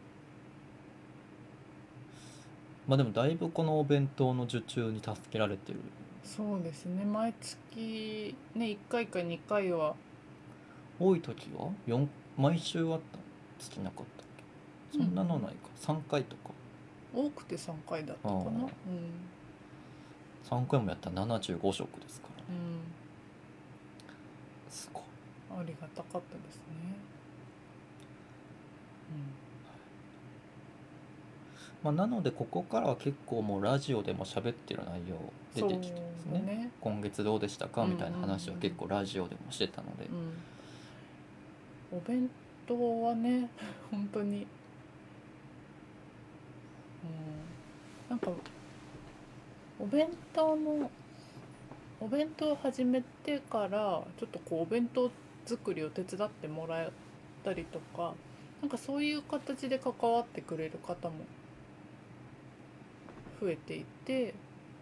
Speaker 1: まあでもだいぶこのお弁当の受注に助けられてる。
Speaker 2: そうですね。毎月ねいっかいかにかいは
Speaker 1: 多い時はよん毎週あった月なかったっけ？そんなのないか、さんかいとか。
Speaker 2: 多くてさんかいだったかな。
Speaker 1: ああ
Speaker 2: うん
Speaker 1: さんかいもやったらななじゅうご食ですからね。
Speaker 2: うん
Speaker 1: すごい。
Speaker 2: ありがたかったですね。
Speaker 1: まあ、なのでここからは結構もうラジオでも喋ってる内容出てきてますね。
Speaker 2: そうね
Speaker 1: 今月どうでしたかみたいな話は
Speaker 2: うんうんうん
Speaker 1: 結構ラジオでもしてたので、
Speaker 2: うん、お弁当はね本当に、うん、なんかお弁当のお弁当を始めてからちょっとこうお弁当作りを手伝ってもらったりとか、なんかそういう形で関わってくれる方も増えていて、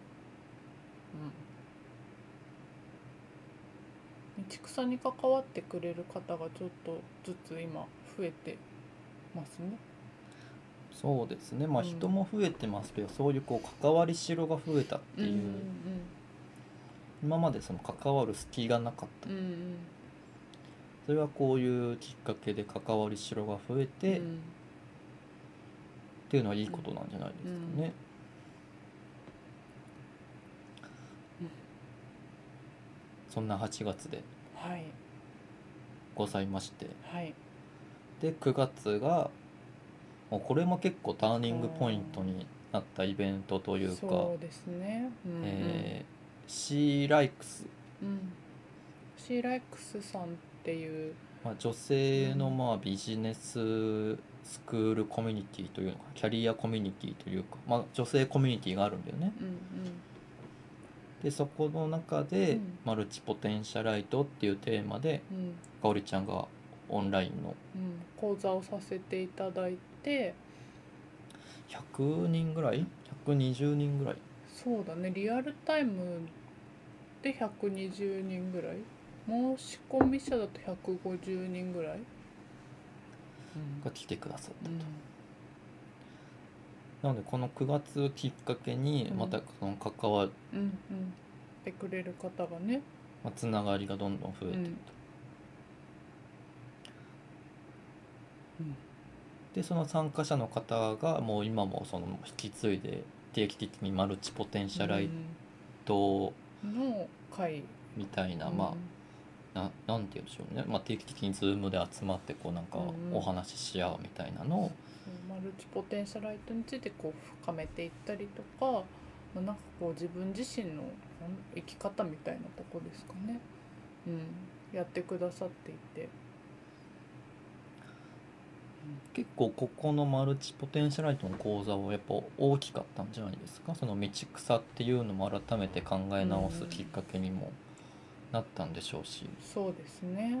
Speaker 2: うん、道草に関わってくれる方がちょっとずつ今増えてますね。
Speaker 1: そうですね、まあ
Speaker 2: うん
Speaker 1: 人も増えてますけど、そういうこう関わりしろが増えたっていう、
Speaker 2: うん
Speaker 1: 今までその関わる隙がなかった、
Speaker 2: うんうん
Speaker 1: それはこういうきっかけで関わりしろが増えて、っ
Speaker 2: うん
Speaker 1: ていうのはいいことなんじゃないですかね。そんなはちがつで
Speaker 2: はい
Speaker 1: ございまして、
Speaker 2: はい
Speaker 1: でくがつがもうこれも結構ターニングポイントになったイベントというか、
Speaker 2: そうですね。うんうん
Speaker 1: えー、シーライクス、
Speaker 2: うんシーライクスさんっていう、
Speaker 1: まあ、女性のまあビジネススクールコミュニティというのかキャリアコミュニティというか、まあ、女性コミュニティがあるんだよね。
Speaker 2: うんうん
Speaker 1: でそこの中で、
Speaker 2: うん
Speaker 1: マルチポテンシャライトっていうテーマで
Speaker 2: うん
Speaker 1: かおりちゃんがオンラインの
Speaker 2: うん講座をさせていただいて、
Speaker 1: ひゃくにんぐらいひゃくにじゅうにんぐらい
Speaker 2: そうだね、リアルタイムでひゃくにじゅうにんぐらい、申し込み者だとひゃくごじゅうにんぐらい、うん
Speaker 1: が来てくださったと、
Speaker 2: うん
Speaker 1: なのでこのくがつきっかけにまたその関わる、
Speaker 2: うんうん、ってくれる方がね、
Speaker 1: まあ、つながりがどんどん増えていると、
Speaker 2: うん
Speaker 1: でその参加者の方がもう今もその引き継いで定期的にマルチポテンシャライト
Speaker 2: の会、
Speaker 1: みたいな、
Speaker 2: うん
Speaker 1: まあななんて言うんでしょうね、まあ、定期的にズームで集まってこうなんか
Speaker 2: うんうん
Speaker 1: お話しし合うみたいなのを、
Speaker 2: マルチポテンシャライトについてこう深めていったりとか、まあなんかこう自分自身のなん生き方みたいなとこですかね、うん、やってくださっていて、
Speaker 1: 結構ここのマルチポテンシャライトの講座はやっぱ大きかったんじゃないですか。その道草っていうのも改めて考え直すきっかけにもなったんでしょうし、
Speaker 2: そうですね。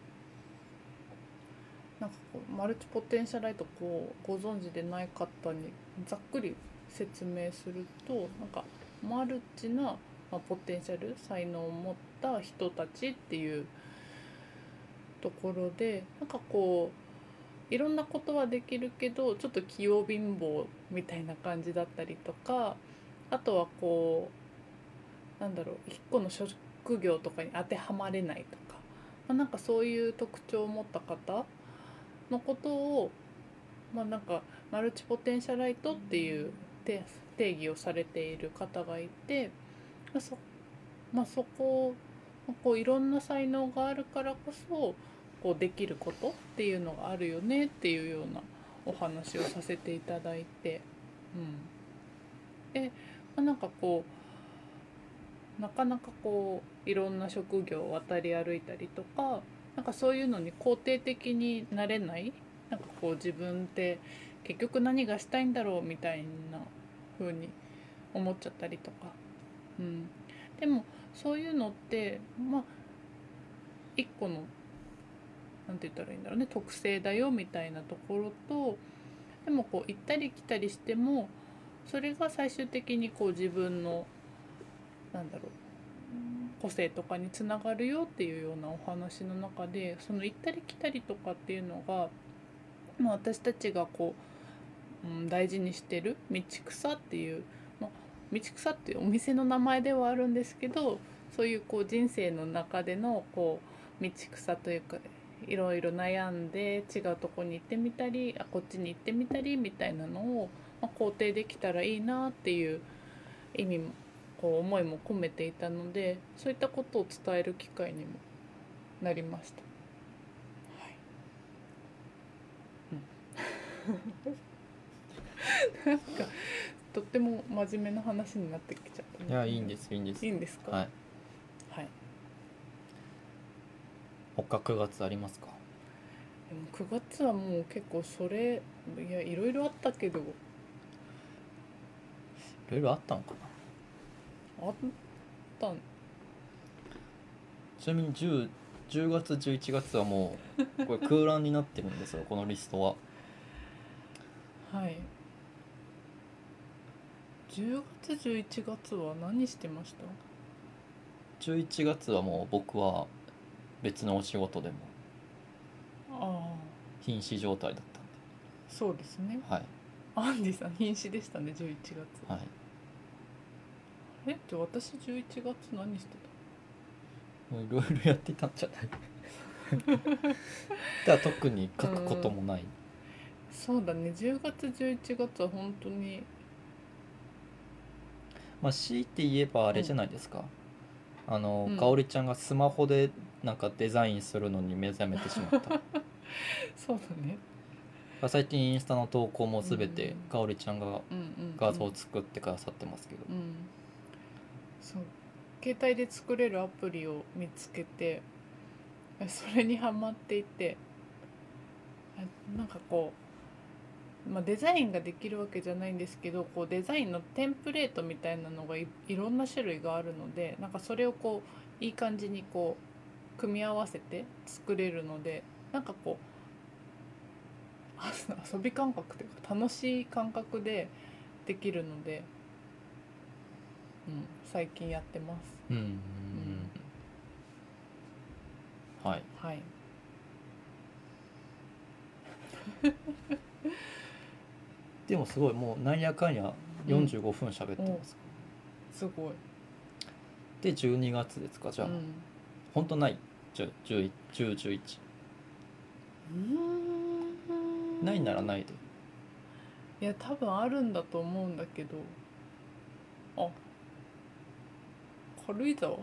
Speaker 2: なんかこうマルチポテンシャライトこうご存知でない方にざっくり説明すると、なんかマルチな、まあ、ポテンシャル才能を持った人たちっていうところで、なんかこういろんなことはできるけどちょっと器用貧乏みたいな感じだったりとか、あとはこうなんだろう一個の職業とかに当てはまれないとか、まあ、なんかそういう特徴を持った方のことを、まあ、なんかマルチポテンシャライトっていう定定義をされている方がいて、まあそまあ、そここういろんな才能があるからこそこうできることっていうのがあるよねっていうようなお話をさせていただいて、うん、で、まあ、なんかこうなかなかこういろんな職業を渡り歩いたりとか、なんかそういうのに肯定的になれない、なんかこう自分って結局何がしたいんだろうみたいな風に思っちゃったりとか、うん、でもそういうのってまあ一個のなんて言ったらいいんだろうね、特性だよみたいなところと、でもこう行ったり来たりしてもそれが最終的にこう自分のなんだろう個性とかにつながるよっていうようなお話の中で、その行ったり来たりとかっていうのが、まあ、私たちがこう、うん、大事にしてる道草っていう、まあ、道草っていうお店の名前ではあるんですけど、そういうこう人生の中でのこう道草というかいろいろ悩んで違うとこに行ってみたり、あこっちに行ってみたりみたいなのを、まあ、肯定できたらいいなっていう意味もこう思いも込めていたので、そういったことを伝える機会にもなりました。はい、うん、なんかとっても真面目な話になってきちゃった、ね、
Speaker 1: いやいいんですいいんです
Speaker 2: いいんですか。
Speaker 1: はい、
Speaker 2: はい、
Speaker 1: 他くがつありますか。
Speaker 2: でもくがつはもう結構それいやいろいろあったけど、
Speaker 1: いろいろあったのかな。
Speaker 2: あったん
Speaker 1: ちなみにじゅう、じゅうがつじゅういちがつはもうこれ空欄になってるんですよこのリストは。
Speaker 2: はい、じゅうがつじゅういちがつは何してました？
Speaker 1: じゅういちがつはもう僕は別のお仕事でも
Speaker 2: ああ
Speaker 1: 瀕死状態だったん
Speaker 2: そうですね、
Speaker 1: で、はい
Speaker 2: アンディさん瀕死でしたねじゅういちがつ。
Speaker 1: はい
Speaker 2: えじゃあ私じゅういちがつ何して
Speaker 1: いろいろやってたんじゃないだから特に書くこともない、
Speaker 2: た？そうだね、じゅうがつじゅういちがつは本当に
Speaker 1: まあ強いて言えばあれじゃないですか、あの、
Speaker 2: うん
Speaker 1: かおりちゃんがスマホでなんかデザインするのに目覚めてしまった
Speaker 2: そうだね、
Speaker 1: 最近インスタの投稿も全て
Speaker 2: うん
Speaker 1: かおりちゃんが
Speaker 2: うんうんうん、
Speaker 1: 画像を作ってくださってますけど、
Speaker 2: うんそう携帯で作れるアプリを見つけてそれにハマっていて、あなんかこまあ、デザインができるわけじゃないんですけど、こうデザインのテンプレートみたいなのが い, いろんな種類があるので、なんかそれをこういい感じにこう組み合わせて作れるので、なんかこうあ遊び感覚というか楽しい感覚でできるので、うん、最近やってます。
Speaker 1: うんうんうんはい
Speaker 2: はい。
Speaker 1: でもすごいもうなんやかんやよんじゅうごふん喋ってます、
Speaker 2: すごい。
Speaker 1: でじゅうにがつですか。じゃあ、
Speaker 2: うん、
Speaker 1: ほんとないじゅう、じゅう、じゅう、じゅういち
Speaker 2: うーん
Speaker 1: ないならないで。
Speaker 2: いや多分あるんだと思うんだけど、あ、軽井沢。
Speaker 1: あ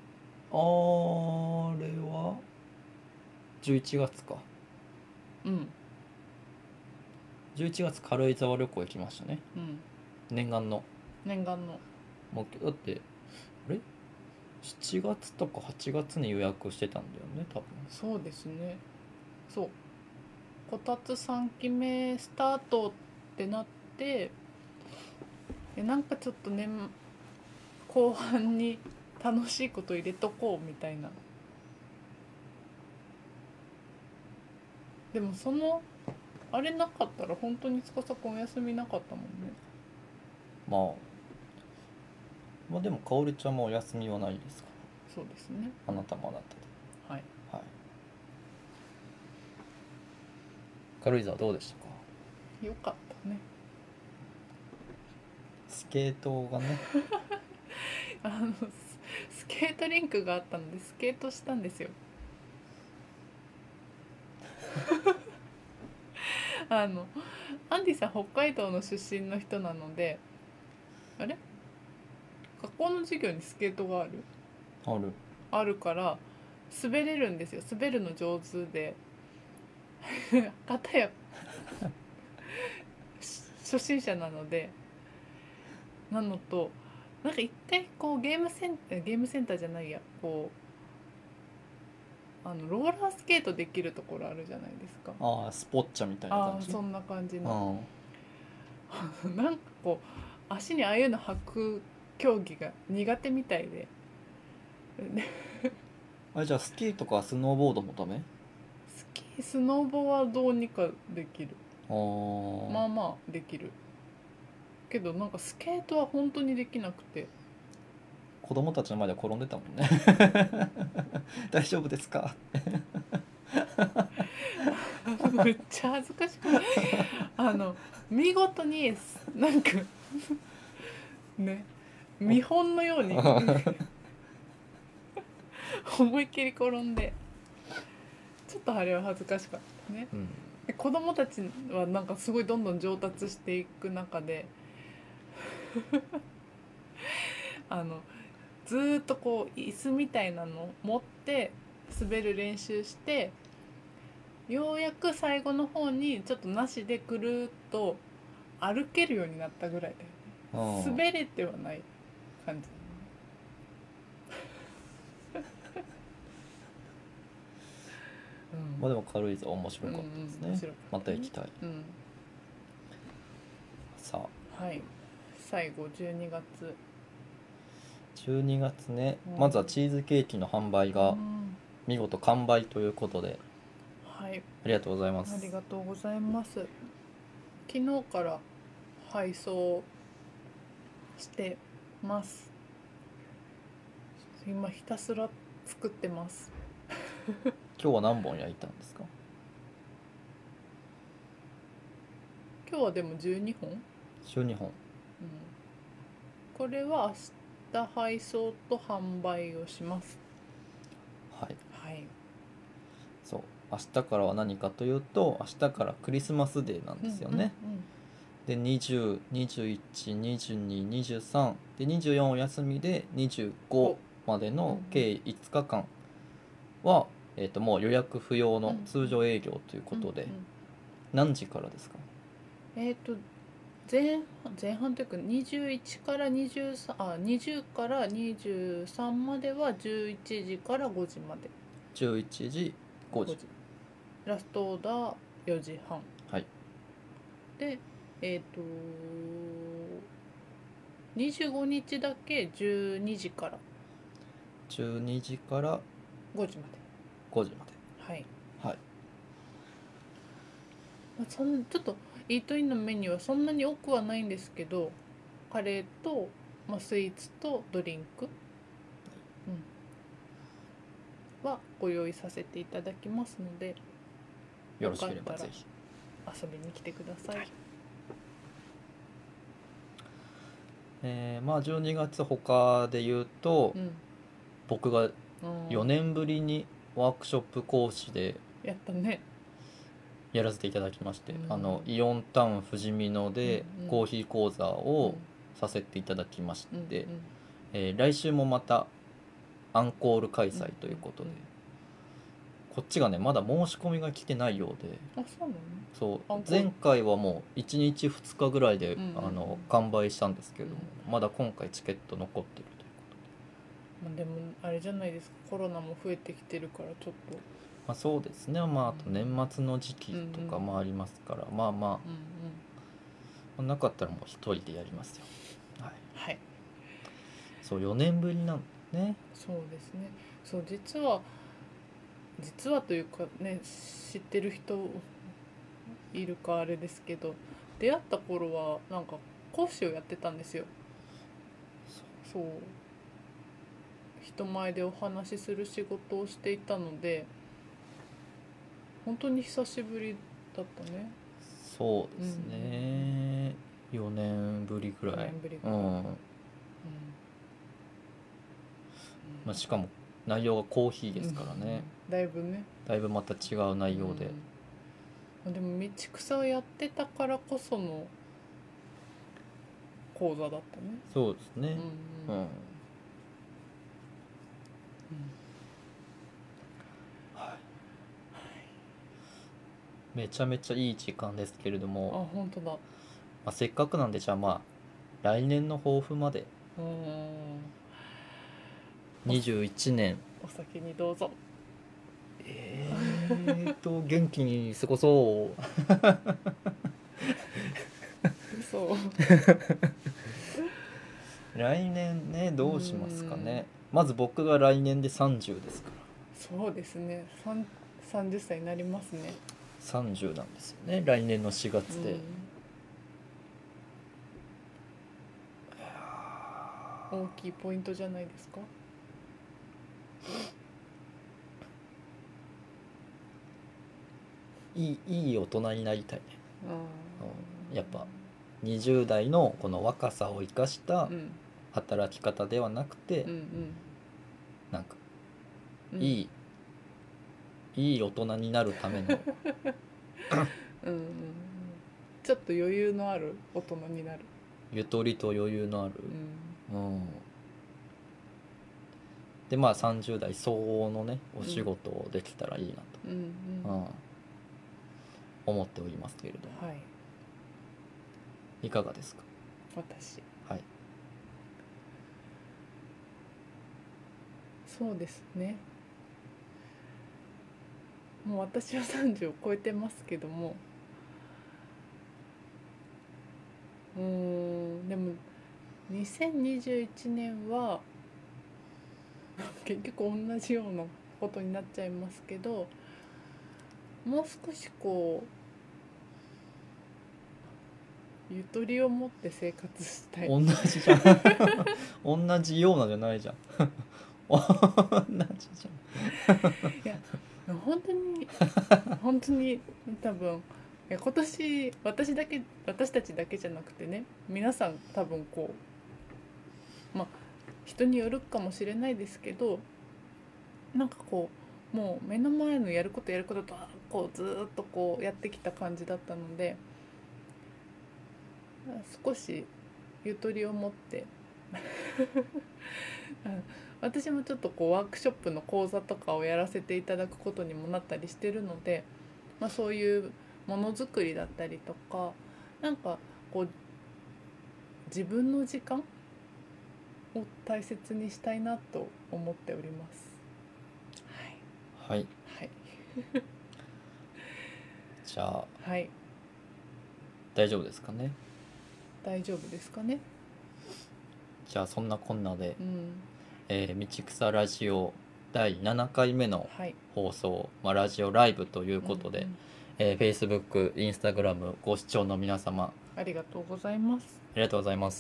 Speaker 1: れはじゅういちがつか。
Speaker 2: うん
Speaker 1: じゅういちがつ軽井沢旅行行きましたね。
Speaker 2: うん
Speaker 1: 念願の。
Speaker 2: 念願の。
Speaker 1: もうだってあれしちがつとかはちがつに予約してたんだよね多分。
Speaker 2: そうですね。そう、こたつさんきめスタートってなって、えなんかちょっと年後半に楽しいこと入れとこうみたいな。でもそのあれなかったら本当に司くんお休みなかったもんね。
Speaker 1: まあまあでもかおりちゃんもお休みはないですか
Speaker 2: そうですね。
Speaker 1: ら、あなたもあなたで。
Speaker 2: はい。
Speaker 1: はい。軽井沢どうでしたか。
Speaker 2: よかったね。
Speaker 1: スケートがね
Speaker 2: あのススケートリンクがあったのでスケートしたんですよ。あのアンディさん北海道の出身の人なので、あれ学校の授業にスケートがある
Speaker 1: ある。
Speaker 2: あるから滑れるんですよ。滑るの上手で片や初心者なので、なのとなんか一回こうゲームセンターゲームセンターじゃないや、こうあのローラースケートできるところあるじゃないですか。
Speaker 1: ああスポッチャみたいな
Speaker 2: あ
Speaker 1: 感じ。
Speaker 2: あそんな感じ
Speaker 1: う
Speaker 2: の、
Speaker 1: ん
Speaker 2: なんかこう足にああいうの履く競技が苦手みたいで、
Speaker 1: あれじゃあスキーとかスノーボードもダメ。
Speaker 2: スキースノボはどうにかできる。
Speaker 1: あー、
Speaker 2: まあまあできるけど、なんかスケートは本当にできなくて、
Speaker 1: 子供たちの前で転んでたもんね大丈夫ですか。
Speaker 2: めっちゃ恥ずかしくない？あの見事になんかね、見本のように思いっきり転んで、ちょっとあれは恥ずかしかったね。
Speaker 1: うん
Speaker 2: で子供たちはなんかすごいどんどん上達していく中であのずーっとこう椅子みたいなのを持って滑る練習して、ようやく最後の方にちょっとなしでくるっと歩けるようになったぐらいだよね。
Speaker 1: うん
Speaker 2: 滑れてはない感じ。
Speaker 1: まあでも軽井沢面白かったですね、
Speaker 2: うんうん面白かった
Speaker 1: また行きたい。
Speaker 2: うん
Speaker 1: さあ
Speaker 2: はい。最後じゅうにがつ、
Speaker 1: じゅうにがつね、
Speaker 2: うん
Speaker 1: まずはチーズケーキの販売が
Speaker 2: うん
Speaker 1: 見事完売ということで
Speaker 2: はい、
Speaker 1: ありがとうございます。
Speaker 2: ありがとうございます。昨日から配送してます。今ひたすら作ってます。
Speaker 1: 今日は何本焼いたんですか。
Speaker 2: 今日はでもじゅうにほん、うん、
Speaker 1: じゅうにほん。
Speaker 2: これは明日配送と販売をします。
Speaker 1: はい
Speaker 2: はい。
Speaker 1: そう明日からは何かというと、明日からクリスマスデーなんですよね、
Speaker 2: うんうん
Speaker 1: でにじゅう、にじゅういち、にじゅうに、にじゅうさんでにじゅうよんお休みでにじゅうごまでの計いつかかんは、えー、ともう予約不要の通常営業ということで、
Speaker 2: うんうん
Speaker 1: 何時からですか。
Speaker 2: えっ、と前半前半というかにじゅういちからにじゅうさん、あにじゅうからにじゅうさんまではじゅういちじからごじまで。
Speaker 1: じゅういちじごじ。
Speaker 2: ラストオーダーよじはん
Speaker 1: はい。
Speaker 2: でえっ、とにじゅうごにちだけじゅうにじから
Speaker 1: じゅうにじから
Speaker 2: ごじまで。
Speaker 1: ごじまで。
Speaker 2: はい、
Speaker 1: はい。
Speaker 2: まあ、そんちょっとイートインのメニューはそんなに多くはないんですけど、カレーと、まあ、スイーツとドリンク、うん、はご用意させていただきますので、
Speaker 1: よろしければぜひ
Speaker 2: 遊びに来てください。はい、
Speaker 1: えー、まあじゅうにがつ他で言うと、うん、僕がよねんぶりにワークショップ講師で
Speaker 2: やったね
Speaker 1: やらせていただきまして、うん、あのイオンタウンふじみ野でコーヒー講座をさせていただきまして、うんうん、えー、来週もまたアンコール開催ということで、うんうん、こっちがねまだ申し込みが来てないようで、
Speaker 2: あ、そうなの？
Speaker 1: そう前回はもういちにちふつかぐらいで、うんうんうん、あの完売したんですけども、うん、まだ今回チケット残ってるということ
Speaker 2: で、まあ、でもあれじゃないですか、コロナも増えてきてるからちょっと、
Speaker 1: まあ、そうですね、まあ、あと年末の時期とかもありますから、うんうん、まあまあ、うんうん、なかったらもう一人でやりますよ。はい、はい、そうよねんぶりなんだね。
Speaker 2: そうですね。そう実は実はというかね、知ってる人いるかあれですけど、出会った頃はなんか講師をやってたんですよ。そう、人前でお話しする仕事をしていたので、本当に久しぶりだったね。
Speaker 1: そうですね、うん、よねんぶりぐらい。よねんぶりぐらい、うんうん、まあ、しかも内容がコーヒーですからね、
Speaker 2: うん、だいぶね
Speaker 1: だいぶまた違う内容で、
Speaker 2: うん、でも道草をやってたからこその講座だったね。
Speaker 1: そうですね、うん、うんうん、はい、めちゃめちゃいい時間ですけれども、
Speaker 2: あ、本当だ、ま
Speaker 1: あ、せっかくなんでじゃあまあ来年の抱負まで、うん、にじゅういちねん
Speaker 2: お先にどうぞ。
Speaker 1: えーと元気に過ごそう
Speaker 2: 嘘
Speaker 1: 来年ねどうしますかね。まず僕が来年でさんじゅうですから。
Speaker 2: そうですね、さんじゅっさいになりますね。
Speaker 1: さんじゅうなんですよね、来年のしがつで、
Speaker 2: うん、大きいポイントじゃないですか。
Speaker 1: いい、いい大人になりたいね、うん、やっぱにじゅう代のこの若さを生かした働き方ではなくて、うんうん、なんかいい、うん、いい大人になるための
Speaker 2: うん、うん、ちょっと余裕のある大人になる、
Speaker 1: ゆとりと余裕のある、うんうん、でまあさんじゅう代相応のねお仕事をできたらいいなと、うんうんうん、思っておりますけれども、はい、いかがですか。
Speaker 2: 私、
Speaker 1: はい、
Speaker 2: そうですね、もう私はさんじゅうを超えてますけども、うーんでもにせんにじゅういちねんは結局同じようなことになっちゃいますけど、もう少しこうゆとりを持って生活したい。
Speaker 1: 同じじゃん同じようなじゃないじゃん同じじ
Speaker 2: ゃんいや本当に本当に多分今年私だけ私たちだけじゃなくてね、皆さん多分こうまあ人によるかもしれないですけど、なんかこうもう目の前のやることやることとこうずっとこうやってきた感じだったので、少しゆとりを持って私もちょっとこうワークショップの講座とかをやらせていただくことにもなったりしてるので、まあ、そういうものづくりだったりとか、なんかこう自分の時間を大切にしたいなと思っております。
Speaker 1: はい、はい、
Speaker 2: はい、
Speaker 1: じゃあ、
Speaker 2: はい、
Speaker 1: 大丈夫ですかね。
Speaker 2: 大丈夫ですかね。
Speaker 1: じゃあそんなこんなで、
Speaker 2: うん
Speaker 1: えー道草ラジオだいななかいめの
Speaker 2: はい
Speaker 1: 放送、まあ、ラジオライブということで、
Speaker 2: うんうん
Speaker 1: えー、Facebook、Instagram ご視聴の皆様
Speaker 2: ありがとうございます。
Speaker 1: ありがとうございます、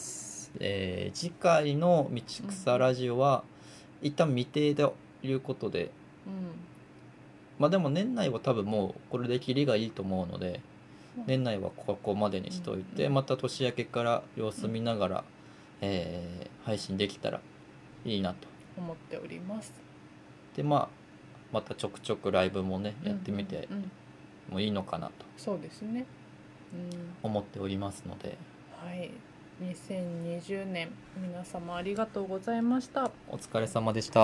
Speaker 1: えー次回の道草ラジオは一旦未定ということで、
Speaker 2: うん
Speaker 1: まあでも年内は多分もうこれで切りがいいと思うので、
Speaker 2: うん
Speaker 1: 年内はここまでにしといて、
Speaker 2: うん
Speaker 1: また年明けから様子見ながら、えー配信できたらいいなと。
Speaker 2: 思っております。
Speaker 1: でまあまたちょくちょくライブもねやってみて
Speaker 2: うんうんうん
Speaker 1: もいいのかなと
Speaker 2: そうですね。うん
Speaker 1: 思っておりますので、
Speaker 2: はいにせんにじゅうねん皆様ありがとうございました。
Speaker 1: お疲れ様でした。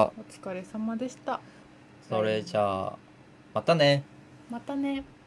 Speaker 2: お疲れ様でした。
Speaker 1: それじゃあまたね。
Speaker 2: またね。